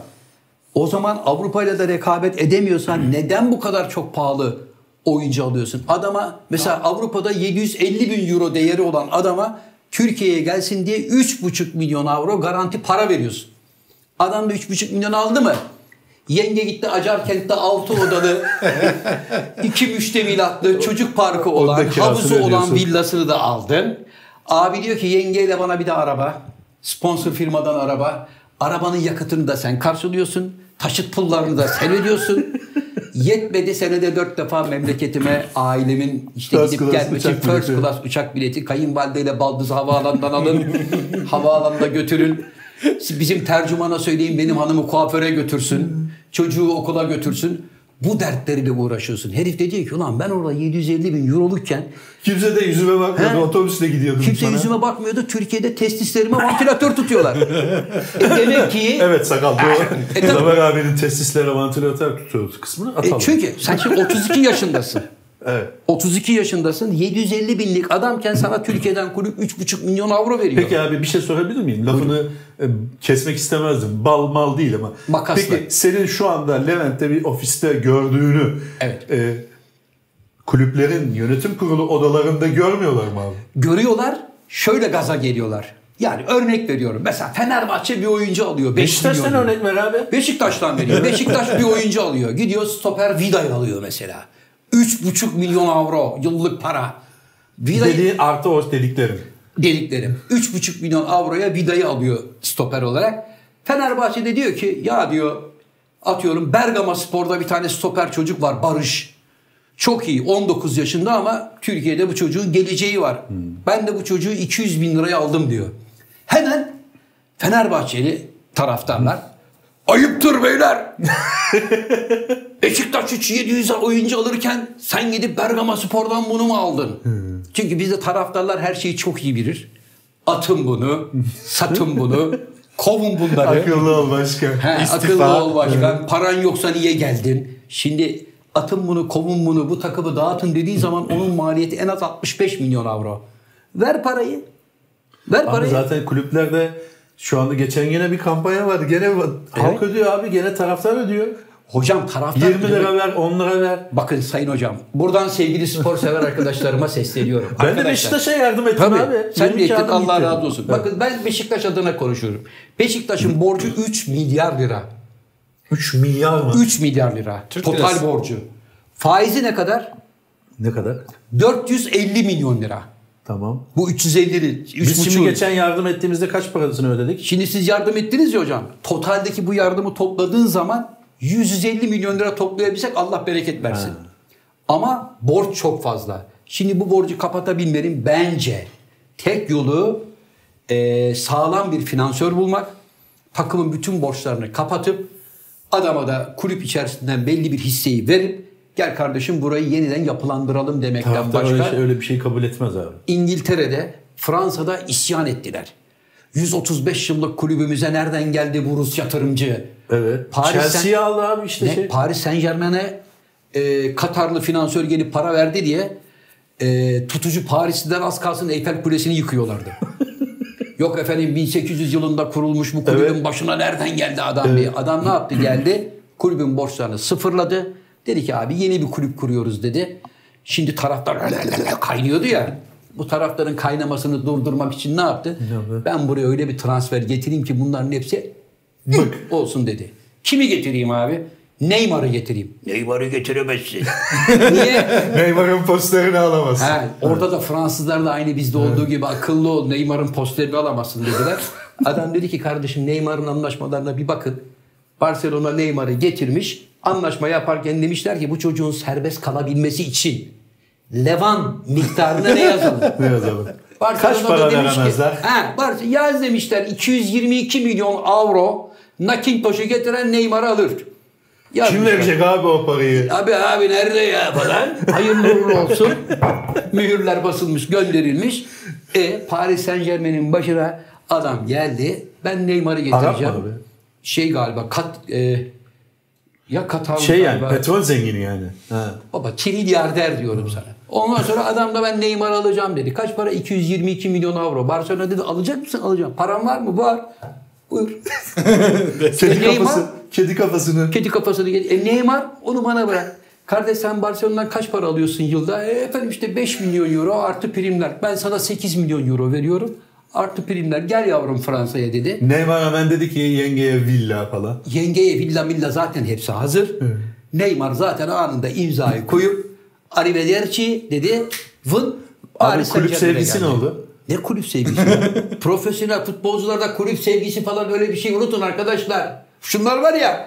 o zaman Avrupa ile de rekabet edemiyorsan neden bu kadar çok pahalı oyuncu alıyorsun? Adama mesela Avrupa'da yedi yüz elli bin euro değeri olan adama Türkiye'ye gelsin diye üç buçuk milyon euro garanti para veriyorsun. Adam da üç buçuk milyon aldı mı? Yenge gitti Acarkent'te altı odalı, iki müştemilatlı, çocuk parkı olan, havuzu olan villasını da aldın. Abi diyor ki yengeyle bana bir de araba, sponsor firmadan araba. Arabanın yakıtını da sen karşılıyorsun. Taşıt pullarını da sen ödüyorsun. Yetmedi senede dört defa memleketime ailemin işte first gidip gelmek için first bileti. class uçak bileti. Kayınvalideyle baldızı havaalanından alın. Havaalanında götürün. Bizim tercümana söyleyin benim hanımı kuaföre götürsün. Çocuğu okula götürsün. Bu dertleriyle uğraşıyorsun. Herif de diyor ki ulan ben orada yedi yüz elli bin eurolukken kimse de yüzüme bakmıyordu. He? Otobüsle gidiyordum. Kimse sana. yüzüme bakmıyordu. Türkiye'de testislerime vantilatör tutuyorlar. e demek ki... Evet sakal. Bu e, Zafer abinin testislerine vantilatör tutuyordu kısmını atalım. E çünkü sen şimdi otuz iki yaşındasın. Evet. otuz iki yaşındasın. yedi yüz elli binlik adamken sana Türkiye'den kulüp üç buçuk milyon avro veriyor. Peki abi bir şey sorabilir miyim? Lafını Buyurun. kesmek istemezdim. Bal mal değil ama. Makasla. Peki senin şu anda Levent'te bir ofiste gördüğünü evet. e, kulüplerin yönetim kurulu odalarında görmüyorlar mı abi? Görüyorlar. Şöyle gaza geliyorlar. Yani örnek veriyorum. Mesela Fenerbahçe bir oyuncu alıyor. Beşiktaş'tan örnek ver abi. Beşiktaş'tan veriyor. Beşiktaş bir oyuncu alıyor. Gidiyor stoper Vida'yı alıyor mesela. üç buçuk milyon avro yıllık para. Vida'yı, dediğin artı o dediklerim. Dediklerim. üç buçuk milyon avroya Vida'yı alıyor stoper olarak. Fenerbahçe'de diyor ki ya diyor atıyorum Bergama Spor'da bir tane stoper çocuk var Barış. Çok iyi on dokuz yaşında ama Türkiye'de bu çocuğun geleceği var. Hmm. Ben de bu çocuğu iki yüz bin liraya aldım diyor. Hemen Fenerbahçeli taraftarlar hmm. ayıptır beyler. Beşiktaş üç yedi yüz oyuncu alırken sen gidip Bergama Spor'dan bunu mu aldın? Hmm. Çünkü bizde taraftarlar her şeyi çok iyi bilir. Atın bunu, satın bunu, Kovun bunları. Akıllı ol başkan. He, akıllı ol başkan. Evet. Paran yoksa niye geldin? Şimdi atın bunu, kovun bunu, bu takımı dağıtın dediği zaman onun maliyeti en az altmış beş milyon avro. Ver parayı. Ver parayı. Abi zaten kulüplerde şu anda geçen yine bir kampanya var. Gene evet. Halk ödüyor abi. Gene taraftar ödüyor. Hocam taraftar yirmi lira ver, on lira ver. Bakın sayın hocam. Buradan sevgili spor sever arkadaşlarıma sesleniyorum. Ben Arkadaşlar, de Beşiktaş'a yardım ettim tabii, abi. Sen de ettin, Allah gitti. razı olsun. Evet. Bakın ben Beşiktaş adına konuşuyorum. Beşiktaş'ın borcu üç milyar lira. üç milyar mı? üç milyar lira. Türk total lirası. Borcu. Faizi ne kadar? Ne kadar? dört yüz elli milyon lira. Tamam. Bu üç yüz elli. Biz şimdi geçen yardım ettiğimizde kaç parasını ödedik? Şimdi siz yardım ettiniz ya hocam. Totaldeki bu yardımı topladığın zaman yüz elli milyon lira toplayabilsek Allah bereket versin. Ha. Ama borç çok fazla. Şimdi bu borcu kapatabilmenin bence tek yolu e, sağlam bir finansör bulmak. Takımın bütün borçlarını kapatıp adama da kulüp içerisinden belli bir hisseyi verip gel kardeşim burayı yeniden yapılandıralım demekten Taraftar başka. Öyle, şey, öyle bir şey kabul etmez abi. İngiltere'de, Fransa'da isyan ettiler. yüz otuz beş yıllık kulübümüze nereden geldi bu Rus yatırımcı? Evet. Paris Chelsea'yi aldı abi işte. Ne? Şey. Paris Saint Germain'e e, Katarlı finansör gelip para verdi diye e, tutucu Parisliler az kalsın Eyfel Kulesi'ni yıkıyorlardı. Yok efendim bin sekiz yüz yılında kurulmuş bu kulübün evet. başına nereden geldi adam evet. diye. Adam ne yaptı geldi? Kulübün borçlarını sıfırladı. Dedi ki abi yeni bir kulüp kuruyoruz dedi. Şimdi taraftar kaynıyordu ya. Bu taraftarın kaynamasını durdurmak için ne yaptı? Evet. Ben buraya öyle bir transfer getireyim ki bunların hepsi bık olsun dedi. Kimi getireyim abi? Neymar'ı getireyim. Neymar'ı getiremezsin. Niye? Neymar'ın posterini alamazsın. He, orada da Fransızlar da aynı bizde olduğu evet. gibi akıllı ol. Neymar'ın posterini alamazsın dediler. Adam dedi ki kardeşim Neymar'ın anlaşmalarına bir bakın. Barcelona Neymar'ı getirmiş. Anlaşma yaparken demişler ki bu çocuğun serbest kalabilmesi için Levan miktarına ne yazalım? Ne yazalım? Kaç para veremezler? He, yaz demişler iki yüz yirmi iki milyon avro Nakintoş'u getiren Neymar'ı alır. Kim verecek abi o parayı? Abi abi nerede ya falan. Hayırlı uğurlu olsun. Mühürler basılmış, gönderilmiş. E Paris Saint Germain'in başına adam geldi. Ben Neymar'ı getireceğim. Şey galiba kat e, ya Katar şey yani galiba. Petrol zengini yani. Ha. Baba trilyarder diyorum sana. Ondan sonra adam da ben Neymar'ı alacağım dedi. Kaç para? iki yüz yirmi iki milyon avro. Barcelona dedi alacak mısın? Alacağım. Param var mı? Var. Buyur. Kedi kafası. Kedi kafasını. Kedi kafasını. E Neymar onu bana bırak. Kardeş sen Barcelona'dan kaç para alıyorsun yılda? E efendim işte beş milyon euro artı primler. Ben sana sekiz milyon euro veriyorum. Artı primler. Gel yavrum Fransa'ya dedi. Neymar hemen dedi ki yengeye villa falan. Yengeye villa milla zaten hepsi hazır. Hı. Neymar zaten anında imzayı koyup arrivederci dedi. Vın. Abi kulüp sevgisi ne oldu? Ne kulüp sevgisi? Profesyonel futbolcularda kulüp sevgisi falan öyle bir şey unutun arkadaşlar. Şunlar var ya.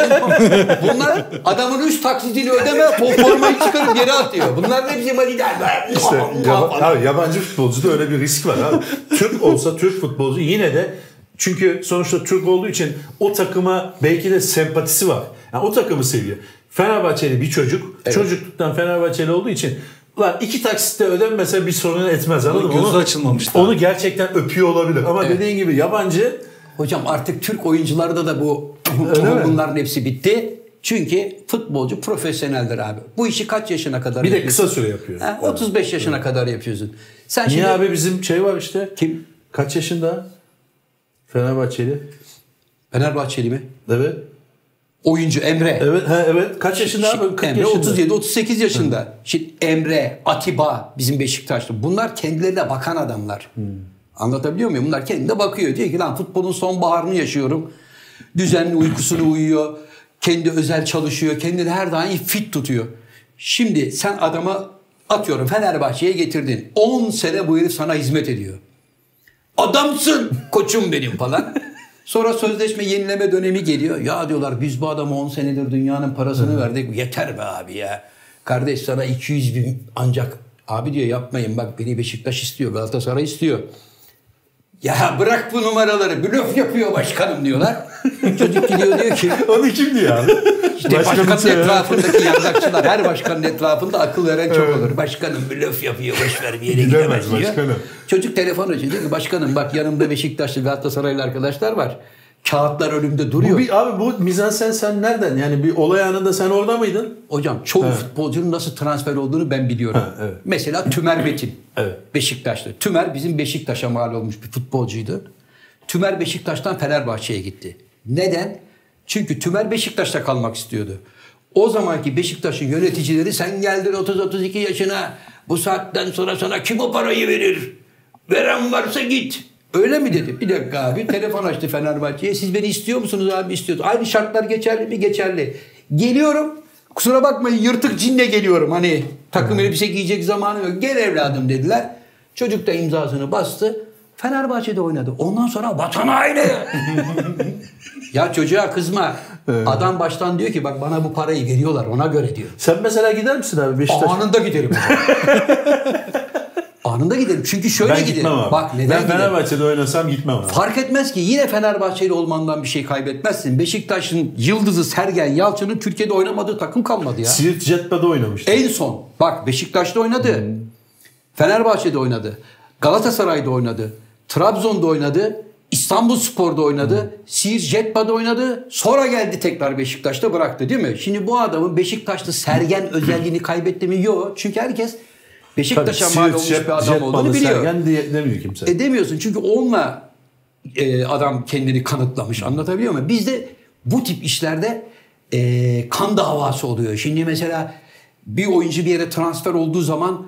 Bunlar adamın üç taksidini ödeme formayı çıkarıp yere atıyor. Bunlar hepsi malider. İşte yaba, abi, yabancı futbolcuda öyle bir risk var abi. Türk olsa Türk futbolcu yine de çünkü sonuçta Türk olduğu için o takıma belki de sempatisi var. Yani o takımı seviyor. Fenerbahçeli bir çocuk evet. çocukluktan Fenerbahçeli olduğu için lan iki taksitte ödenmese bir sorun etmez anladın mı? Gözü onu, açılmamıştı. Onu gerçekten öpüyor olabilir ama evet. dediğin gibi yabancı. Hocam artık Türk oyuncularda da bu bunların hepsi bitti. Çünkü futbolcu profesyoneldir abi. Bu işi kaç yaşına kadar bir yapıyorsun? de kısa süre yapıyor. Ha, otuz beş yaşına evet. kadar yapıyorsun. Sen Niye şimdi... abi bizim şey var işte. Kim? Kaç yaşında? Fenerbahçeli. Fenerbahçeli mi? Evet. Oyuncu Emre. Evet, ha, evet. Kaç yaşında abi? kırk Emre yaşında. otuz yedi otuz sekiz yaşında. Hı. Şimdi Emre, Atiba bizim Beşiktaşlı. Bunlar kendilerine bakan adamlar. Hmm. Anlatabiliyor muyum? Bunlar kendine bakıyor. Diyor ki lan futbolun sonbaharını yaşıyorum. Düzenli uykusunu uyuyor. Kendi özel çalışıyor. Kendini her daim fit tutuyor. Şimdi sen adamı atıyorum Fenerbahçe'ye getirdin. on sene bu herif sana hizmet ediyor. Adamsın koçum benim falan. Sonra sözleşme yenileme dönemi geliyor. Ya diyorlar biz bu adama on senedir dünyanın parasını Hı. verdik. Yeter be abi ya. Kardeş sana iki yüz bin ancak. Abi diyor yapmayın bak beni Beşiktaş istiyor. Galatasaray istiyor. Ya bırak bu numaraları, blöf yapıyor başkanım diyorlar. Çocuk gidiyor diyor ki. Onu kim diyor abi? İşte başkanın etrafındaki yardakçılar, her başkanın etrafında akıl veren çok evet. olur. Başkanım blöf yapıyor, boşver bir yere gidemez diyor. Başkanım. Çocuk telefon açıyor diyor ki başkanım bak yanımda Beşiktaşlı Galatasaraylı arkadaşlar var. Kağıtlar önümde duruyor. Bu bir, abi bu mizansen sen nereden? Yani bir olay anında sen orada mıydın? Hocam çoğu evet. futbolcunun nasıl transfer olduğunu ben biliyorum. Ha, evet. Mesela Tümer Metin. Evet. Beşiktaşlı. Tümer bizim Beşiktaş'a mal olmuş bir futbolcuydu. Tümer Beşiktaş'tan Fenerbahçe'ye gitti. Neden? Çünkü Tümer Beşiktaş'ta kalmak istiyordu. O zamanki Beşiktaş'ın yöneticileri sen geldin otuz otuz iki yaşına bu saatten sonra sana kim o parayı verir? Veren varsa git. Öyle mi dedi? Bir dakika abi. Telefon açtı Fenerbahçe'ye. Siz beni istiyor musunuz abi? İstiyoruz. Aynı şartlar geçerli mi? Geçerli. Geliyorum. Kusura bakmayın yırtık cinle geliyorum. Hani takım elbise giyecek zamanı yok. Gel evladım dediler. Çocuk da imzasını bastı. Fenerbahçe'de oynadı. Ondan sonra vatan haini. Ya çocuğa kızma. Evet. Adam baştan diyor ki bak bana bu parayı veriyorlar ona göre diyor. Sen mesela gider misin abi Beşiktaş? Anında giderim. Anında giderim. Çünkü şöyle ben giderim. Abi. Bak neden ben Fenerbahçe'de giderim? Oynasam gitmem abi. Fark etmez ki yine Fenerbahçeli olmandan bir şey kaybetmezsin. Beşiktaş'ın yıldızı Sergen Yalçın'ın Türkiye'de oynamadığı takım kalmadı ya. Siirt Jetba'da oynamıştı. En son. Bak Beşiktaş'ta oynadı. Hmm. Fenerbahçe'de oynadı. Galatasaray'da oynadı. Trabzon'da oynadı. İstanbulspor'da oynadı. Hmm. Siirt Jetba'da oynadı. Sonra geldi tekrar Beşiktaş'ta bıraktı değil mi? Şimdi bu adamın Beşiktaş'ta Sergen özelliğini kaybetti mi? Yok. Çünkü herkes Beşiktaş'a mal olmuş bir adam olduğunu biliyor. Sergen diye demiyor kimse. E demiyorsun çünkü onunla e, adam kendini kanıtlamış. Anlatabiliyor muyum? Bizde bu tip işlerde e, kan davası oluyor. Şimdi mesela bir oyuncu bir yere transfer olduğu zaman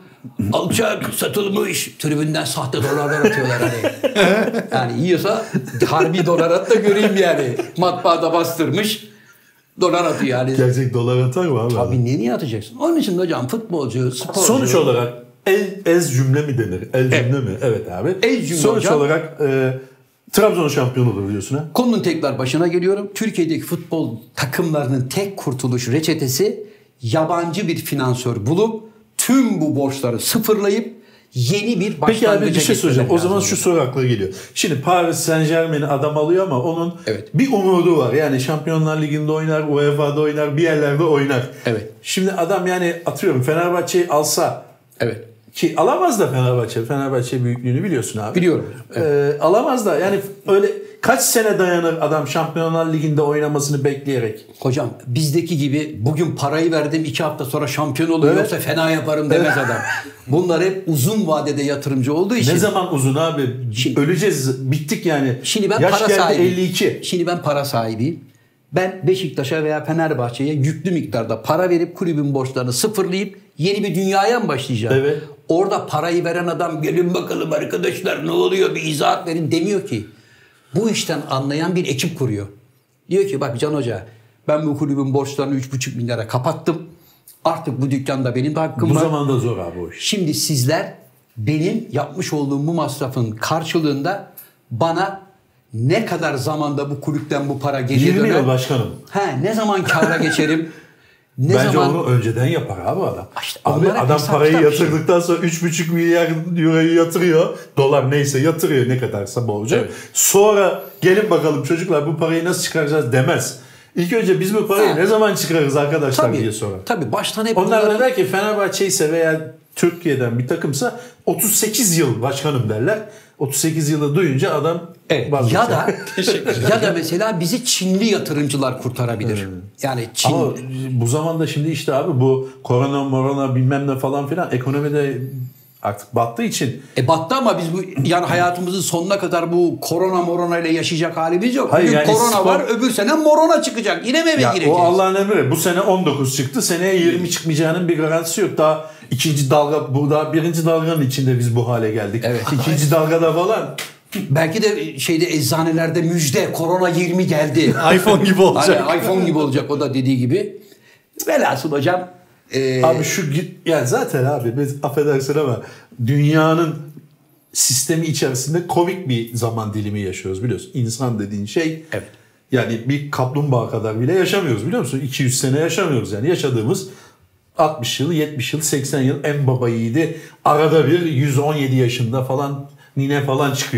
alçak satılmış tribünden sahte dolarlar atıyorlar hani. Yani yiyorsa harbi dolar at da göreyim yani. Matbaada bastırmış dolar atıyor yani. Gerçek dolar atar mı abi? Tabii niye, niye atacaksın? Onun için de hocam futbolcu, sporcu. Sonuç olarak el, ez cümle mi denir? El cümle evet. mi? Evet abi. El cümle Sonuç hocam, olarak e, Trabzon şampiyon olur diyorsun ha? Konunun tekrar başına geliyorum. Türkiye'deki futbol takımlarının tek kurtuluş reçetesi yabancı bir finansör bulup tüm bu borçları sıfırlayıp yeni bir başlangıca. Peki abi bir şey söyleyeceğim. O zaman şu soru akla geliyor. Şimdi Paris Saint-Germain'i adam alıyor ama onun evet. bir umudu var. Yani Şampiyonlar Ligi'nde oynar, U E F A'da oynar, bir yerlerde oynar. Evet. Şimdi adam yani atıyorum Fenerbahçe'yi alsa evet. ki alamaz da Fenerbahçe. Fenerbahçe büyüklüğünü biliyorsun abi. Biliyorum. Evet. Ee, alamaz da yani öyle kaç sene dayanır adam Şampiyonlar Ligi'nde oynamasını bekleyerek? Hocam bizdeki gibi bugün parayı verdim iki hafta sonra şampiyon olur evet. yoksa fena yaparım demez evet. adam. Bunlar hep uzun vadede yatırımcı olduğu için. Ne zaman uzun abi? Şimdi, öleceğiz. Bittik yani. Şimdi ben Yaş para sahibiyim. elli iki. Şimdi ben para sahibiyim. Ben Beşiktaş'a veya Fenerbahçe'ye yüklü miktarda para verip kulübün borçlarını sıfırlayıp yeni bir dünyaya mı başlayacağım? Evet. Orada parayı veren adam gelin bakalım arkadaşlar ne oluyor bir izahat verin demiyor ki. Bu işten anlayan bir ekip kuruyor. Diyor ki bak Can Hoca ben bu kulübün borçlarını üç buçuk milyara kapattım. Artık bu dükkanda benim de hakkım bu var. Bu zamanda zor abi o iş. Şimdi sizler benim yapmış olduğum bu masrafın karşılığında bana ne kadar zamanda bu kulüpten bu para geriye döner? yirmi yıl başkanım. He, ne zaman kâra geçerim? Ne Bence zaman... onu önceden yapar abi adam. İşte abi adam parayı yatırdıktan sonra üç buçuk milyar euroyu yatırıyor. Dolar neyse yatırıyor ne kadarsa borcu. Evet. Sonra gelin bakalım çocuklar bu parayı nasıl çıkaracağız demez. İlk önce biz bu parayı ha. ne zaman çıkarırız arkadaşlar tabii, diye sorar. Tabii baştan hep onlar bunların... da der ki Fenerbahçe ise veya Türkiye'den bir takımsa otuz sekiz yıl başkanım derler. otuz sekiz yılı duyunca adam evet. ya da ya da mesela bizi Çinli yatırımcılar kurtarabilir. Hmm. Yani Çin. Ama bu zamanda şimdi işte abi bu korona morona bilmem ne falan filan ekonomide artık battığı için. E battı ama biz bu yani hayatımızın sonuna kadar bu korona morona ile yaşayacak halimiz yok. Hayır, yani korona spor... var öbür sene morona çıkacak. Yine mi eve ya gireceğiz? O Allah'ın emri. Bu sene on dokuz çıktı. Seneye yirmi çıkmayacağının bir garantisi yok. Daha ikinci dalga burada birinci dalganın içinde biz bu hale geldik. Evet. İkinci dalgada falan. Belki de şeyde eczanelerde müjde korona yirmi geldi. iPhone gibi olacak. Hani iPhone gibi olacak o da dediği gibi. Velhasıl hocam. Ee... Abi şu yani zaten abi biz affedersin ama dünyanın sistemi içerisinde komik bir zaman dilimi yaşıyoruz biliyorsun. İnsan dediğin şey evet. yani bir kaplumbağa kadar bile yaşamıyoruz biliyor musun? iki yüz sene yaşamıyoruz yani yaşadığımız altmış yıl, yetmiş yıl, seksen yıl en baba yiğidi arada bir yüz on yedi yaşında falan nine falan çıkıyor.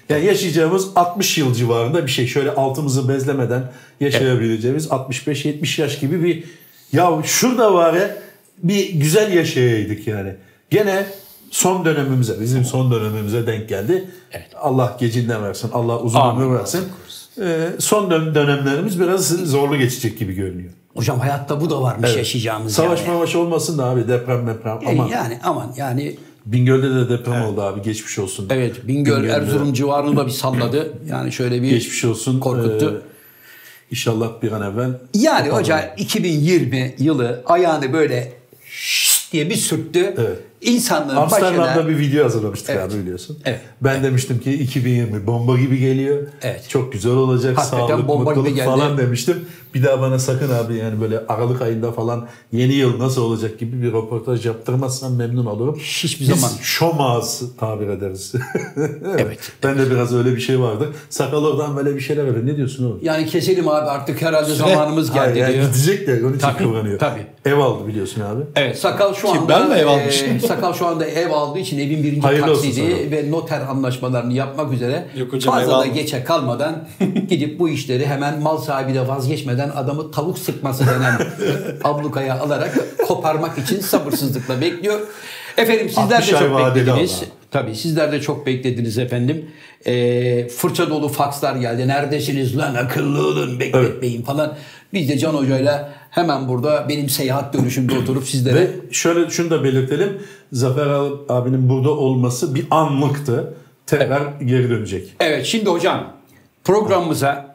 Yani yaşayacağımız altmış yıl civarında bir şey. Şöyle altımızı bezlemeden yaşayabileceğimiz evet. altmış beş yetmiş yaş gibi bir ya şurada var ya bir güzel yaşayaydık yani. Gene son dönemimize, bizim son dönemimize denk geldi. Evet. Allah gecinden versin, Allah uzun ömür versin. Ee, son dönemlerimiz biraz zorlu geçecek gibi görünüyor. Hocam hayatta bu da varmış evet. yaşayacağımız. Savaş yani. mavaş olmasın da abi deprem deprem aman. Yani aman yani. Bingöl'de de deprem evet. oldu abi geçmiş olsun. Evet Bingöl, Bingöl'de... Erzurum civarını da bir salladı. Yani şöyle bir geçmiş olsun. Korkuttu. Ee, İnşallah bir an evvel. Yani hoca iki bin yirmi yılı ayağını böyle şşş diye bir sürttü. Evet. İnsanlığın Amsterdam'da başına... bir video hazırlamıştık evet. abi biliyorsun. Evet. Ben evet. demiştim ki iki bin yirmi bomba gibi geliyor. Evet. Çok güzel olacak. Hakikaten sağlık, mutluluk falan demiştim. Bir daha bana sakın abi yani böyle Aralık ayında falan yeni yıl nasıl olacak gibi bir röportaj yaptırmazsan memnun olurum. Hiçbir Biz zaman. şom ağası tabir ederiz. evet. evet. Ben de biraz öyle bir şey vardı. Sakal oradan böyle bir şeyler var. Ne diyorsun oğlum? Yani keselim abi artık herhalde zamanımız geldi diyor. Yani gidecekler. Onun için tabii, kıvranıyor. Tabii. Ev aldı biliyorsun abi. Evet. Sakal şu anda. Kim, ben mi ev almışım? E, sakal şu anda ev aldığı için evin birinci hayırlı taksidi ve noter anlaşmalarını yapmak üzere hocam, fazla da geçe kalmadan gidip bu işleri hemen mal sahibi de vazgeçmeden adamı tavuk sıkması denen ablukaya alarak koparmak için sabırsızlıkla bekliyor. Efendim sizler de çok beklediniz. Tabii sizler de çok beklediniz efendim. E, fırça dolu fakslar geldi. Neredesiniz lan akıllı olun bekletmeyin evet. falan. Biz de Can Hoca'yla hemen burada benim seyahat dönüşümde oturup sizlere... Ve şöyle şunu da belirtelim. Zafer abinin burada olması bir anlıktı. Tekrar evet. geri dönecek. Evet şimdi hocam programımıza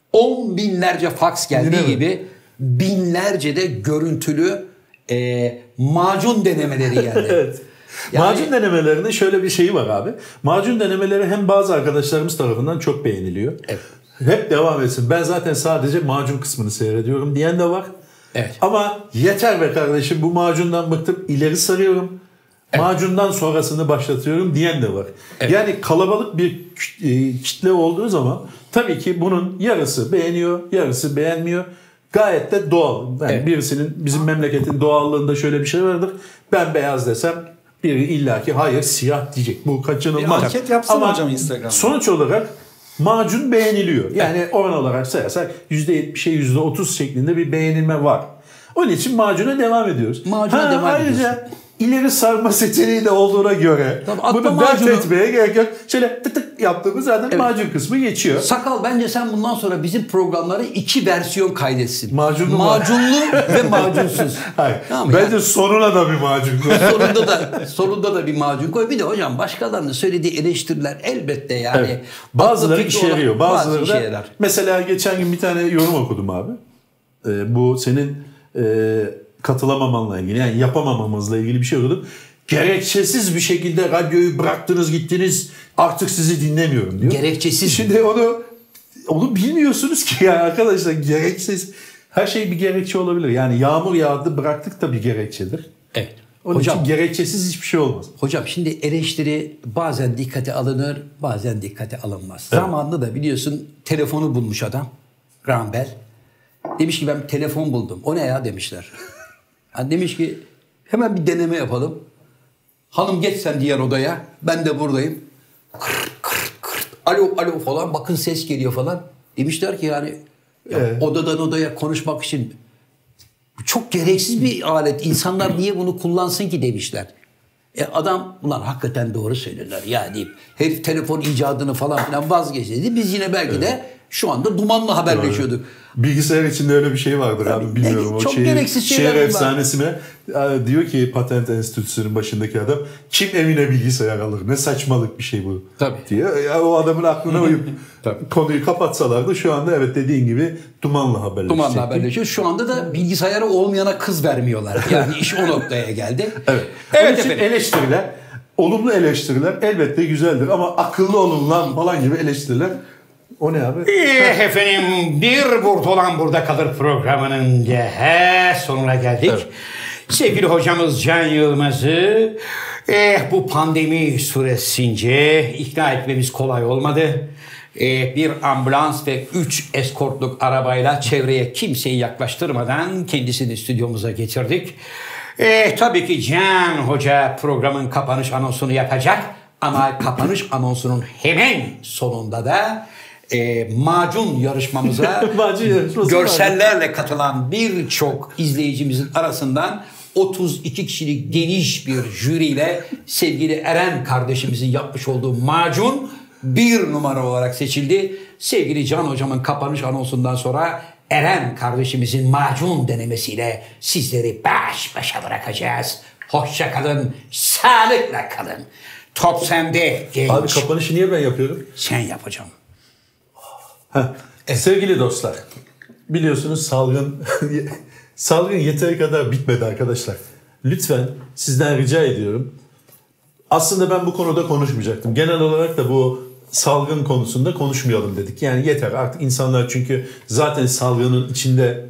on binlerce faks geldiği gibi binlerce de görüntülü e, macun denemeleri geldi. evet. Yani... Macun denemelerinin şöyle bir şeyi var abi. Macun denemeleri hem bazı arkadaşlarımız tarafından çok beğeniliyor. Evet. Hep devam etsin. Ben zaten sadece macun kısmını seyrediyorum diyen de var. Evet. Ama yeter be kardeşim bu macundan bıktım ileri sarıyorum. Evet. Macundan sonrasını başlatıyorum diyen de var. Evet. Yani kalabalık bir kitle olduğu zaman tabii ki bunun yarısı beğeniyor, yarısı beğenmiyor. Gayet de doğal. Yani evet. birisinin bizim memleketin doğallığında şöyle bir şey vardır. Ben beyaz desem biri illaki hayır siyah diyecek. Bu kaçınılmaz. Bir anket yapsana hocam Instagram'da. Sonuç olarak macun beğeniliyor. Yani evet. oran olarak sayarsak yüzde yetmişe yüzde otuz şeklinde bir beğenilme var. Onun için macuna devam ediyoruz. Macuna ha, devam ayrıca ediyoruz. İleri sarma seçeneği de olduğuna göre tabii, bunu dert etmeye gerek yok. Şöyle tık tık yaptığımız zaten evet. macun kısmı geçiyor. Sakal bence sen bundan sonra bizim programları iki versiyon kaydetsin. Macunlu, Macunlu ve macunsuz. Hayır. Tamam, bence yani. sonuna da bir macun koy. sonunda da sonunda da bir macun koy. Bir de hocam başkalarının söylediği eleştiriler elbette yani. Evet. Bazıları işe yarıyor. Bazıları bazı da işe mesela geçen gün bir tane yorum okudum abi. Ee, bu senin e, katılamamanla ilgili yani yapamamamızla ilgili bir şey okudum. Gerekçesiz bir şekilde radyoyu bıraktınız gittiniz artık sizi dinlemiyorum diyor. Gerekçesiz. Şimdi onu onu bilmiyorsunuz ki ya arkadaşlar gereksiz. Her şey bir gerekçe olabilir. Yani yağmur yağdı bıraktık da bir gerekçedir. Evet. Onun hocam, için gerekçesiz hiçbir şey olmaz. Hocam şimdi eleştiri bazen dikkate alınır bazen dikkate alınmaz. Evet. Zamanında da biliyorsun telefonu bulmuş adam. Graham Bell. Demiş ki ben bir telefon buldum. O ne ya demişler. Yani demiş ki hemen bir deneme yapalım. Hanım geç sen diğer odaya. Ben de buradayım. Kırt kırt kırt. Alo alo falan. Bakın ses geliyor falan. Demişler ki yani ya evet. odadan odaya konuşmak için çok gereksiz bir alet. İnsanlar niye bunu kullansın ki demişler. E adam ulan hakikaten doğru söylüyorlar ya deyip herif telefon icadını falan filan vazgeçti. Biz yine belki evet. de şu anda dumanla haberleşiyorduk. Evet. Bilgisayar içinde öyle bir şey vardır abi, abi bilmiyorum. Ne, çok o şeyin, gereksiz şeyler şehir efsanesine diyor ki Patent Enstitüsü'nün başındaki adam kim evine bilgisayar alır ne saçmalık bir şey bu Tabii. diyor. Ya, o adamın aklına uyup konuyu kapatsalardı şu anda evet dediğin gibi dumanla haberleşecek. Dumanla haberleşiyor. Şu anda da bilgisayarı olmayana kız vermiyorlar. Yani iş o noktaya geldi. Evet. Evet için eleştiriler, olumlu eleştiriler elbette güzeldir ama akıllı olun lan falan gibi eleştiriler. O ne abi? Eh efendim bir burada olan burada kalır programının de sonuna geldik. Evet. Sevgili hocamız Can Yılmaz'ı eh, bu pandemi süresince ikna etmemiz kolay olmadı. Eh, bir ambulans ve üç eskortluk arabayla çevreye kimseyi yaklaştırmadan kendisini stüdyomuza getirdik. Eh, tabii ki Can Hoca programın kapanış anonsunu yapacak. Ama kapanış anonsunun hemen sonunda da e, macun yarışmamıza macun görsellerle katılan birçok izleyicimizin arasından otuz iki kişilik geniş bir jüriyle sevgili Eren kardeşimizin yapmış olduğu macun bir numara olarak seçildi. Sevgili Can Hocam'ın kapanış anonsundan sonra Eren kardeşimizin macun denemesiyle sizleri baş başa bırakacağız. Hoşça kalın, sağlıkla kalın. Top sende genç. Abi kapanışı niye ben yapıyorum? Sen yapacağım. Evet. Sevgili dostlar, biliyorsunuz salgın salgın yeteri kadar bitmedi arkadaşlar. Lütfen sizden rica ediyorum. Aslında ben bu konuda konuşmayacaktım. Genel olarak da bu salgın konusunda konuşmayalım dedik. Yani yeter artık insanlar çünkü zaten salgının içinde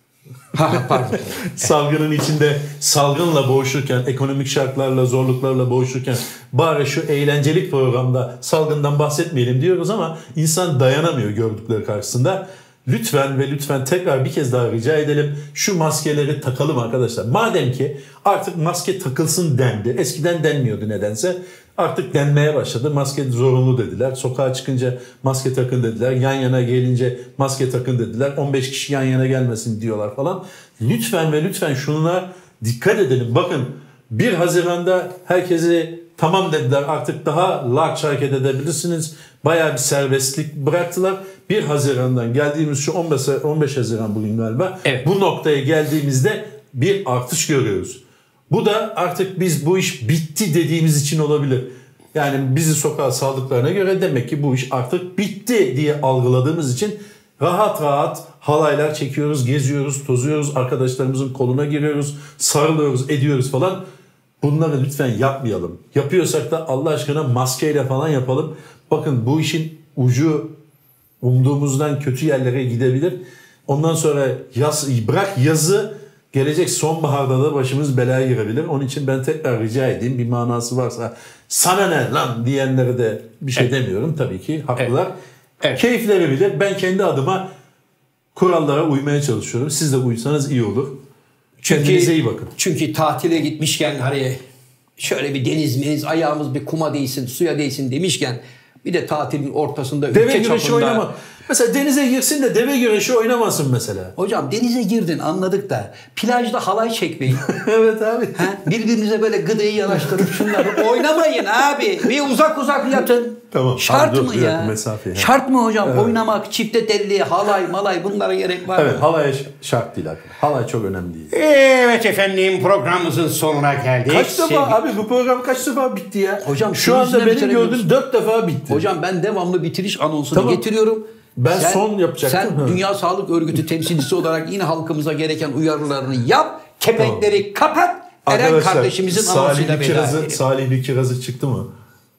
salgının içinde salgınla boğuşurken, ekonomik şartlarla, zorluklarla boğuşurken bari şu eğlencelik programda salgından bahsetmeyelim diyoruz ama insan dayanamıyor gördükleri karşısında. Lütfen ve lütfen tekrar bir kez daha rica edelim. Şu maskeleri takalım arkadaşlar. Madem ki artık maske takılsın dendi. Eskiden denmiyordu nedense. Artık denmeye başladı. Maske zorunlu dediler. Sokağa çıkınca maske takın dediler. Yan yana gelince maske takın dediler. on beş kişi yan yana gelmesin diyorlar falan. Lütfen ve lütfen şuna dikkat edelim. Bakın bir Haziran'da herkesi tamam dediler. Artık daha large hareket edebilirsiniz. Bayağı bir serbestlik bıraktılar. bir Haziran'dan geldiğimiz şu on beş Haziran bugün galiba. Evet. Bu noktaya geldiğimizde bir artış görüyoruz. Bu da artık biz bu iş bitti dediğimiz için olabilir. Yani bizi sokağa saldıklarına göre demek ki bu iş artık bitti diye algıladığımız için rahat rahat halaylar çekiyoruz, geziyoruz, tozuyoruz, arkadaşlarımızın koluna giriyoruz, sarılıyoruz, ediyoruz falan. Bunları lütfen yapmayalım. Yapıyorsak da Allah aşkına maskeyle falan yapalım. Bakın bu işin ucu umduğumuzdan kötü yerlere gidebilir. Ondan sonra yaz, bırak yazı, gelecek sonbaharda da başımız belaya girebilir. Onun için ben tekrar rica edeyim, bir manası varsa sana ne lan diyenlere de bir şey evet. demiyorum. Tabii ki haklılar. Evet. Evet. Keyifleri bilir. Ben kendi adıma kurallara uymaya çalışıyorum. Siz de uysanız iyi olur. Kendinize iyi bakın. Çünkü tatile gitmişken hani şöyle bir deniz meniz ayağımız bir kuma değsin, suya değsin demişken bir de tatilin ortasında deve ülke güreşi çapında... oynama. Mesela denize girsin de deve güreşi oynamasın mesela. Hocam denize girdin anladık da plajda halay çekmeyin. Evet abi. Ha? Birbirinize böyle gıdayı yanaştırıp şunları oynamayın abi. Bir uzak uzak yatın. Tamam. Şart abi, mı dur, ya? Mesafe, şart mı hocam? Evet. Oynamak, çifte telli, halay, malay bunlara gerek var evet, mı? Halay şart değil abi. Halay çok önemli değil. Evet efendim programımızın sonuna geldik. Kaç defa Sevgi... abi bu program kaç defa bitti ya? Hocam şu anda benim gördüğüm dört defa bitti. Hocam ben devamlı bitiriş anonsunu tamam. getiriyorum. Ben sen, son yapacaktım. Sen ha. Dünya Sağlık Örgütü temsilcisi olarak yine halkımıza gereken uyarılarını yap. Kepenkleri tamam. kapat. Eren arkadaşlar, kardeşimizin anonsuyla veda edelim. Salih bir kirazı çıktı mı?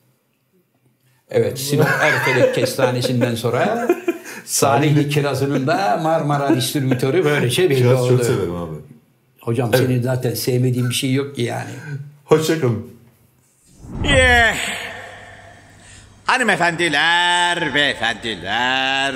Evet. Sinop Erfelek kestanesinden sonra Salihli kirazının da Marmara distribütörü böylece belli Kiraz oldu. çok severim abi. Hocam evet. Senin zaten sevmediğin bir şey yok ki yani. Hoşçakalın. Yeah. Hanımefendiler, beyefendiler,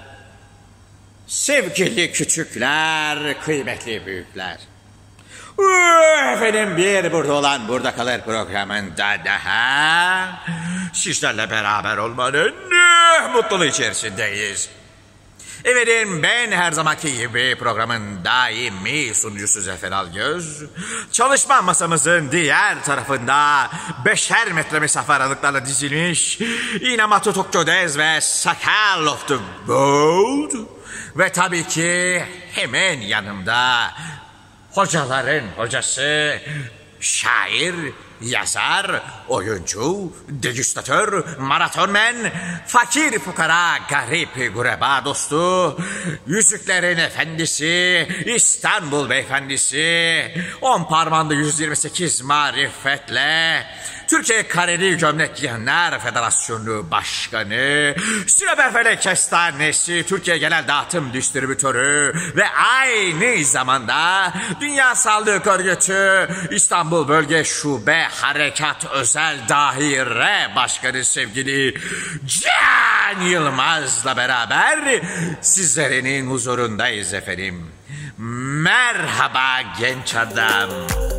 sevgili küçükler, kıymetli büyükler. Efendim bir burada olan burada kalır programında daha sizlerle beraber olmanın mutluluğu içerisindeyiz. Efendim ben her zamanki gibi programın daimi sunucusu Zafer Algöz. Çalışma masamızın diğer tarafında beşer metre mesafe aralıklarla dizilmiş Inamatu Tokyo Dez ve Sakal of the World. Ve tabii ki hemen yanımda hocaların hocası, şair, yazar, oyuncu, degüstatör, maratonmen, fakir fukara, garip gureba dostu, yüzüklerin efendisi, İstanbul beyefendisi, on parmağında yüz yirmi sekiz marifetle, Türkiye Kareli Gömlek Giyenler Federasyonu Başkanı, Sinop Erfelek Kestanesi Türkiye Genel Dağıtım Distribütörü ve aynı zamanda Dünya Sağlık Örgütü İstanbul Bölge Şube Harekat Özel Daire Başkanı sevgili Can Yılmaz'la beraber sizlerin huzurundayız efendim. Merhaba genç adam.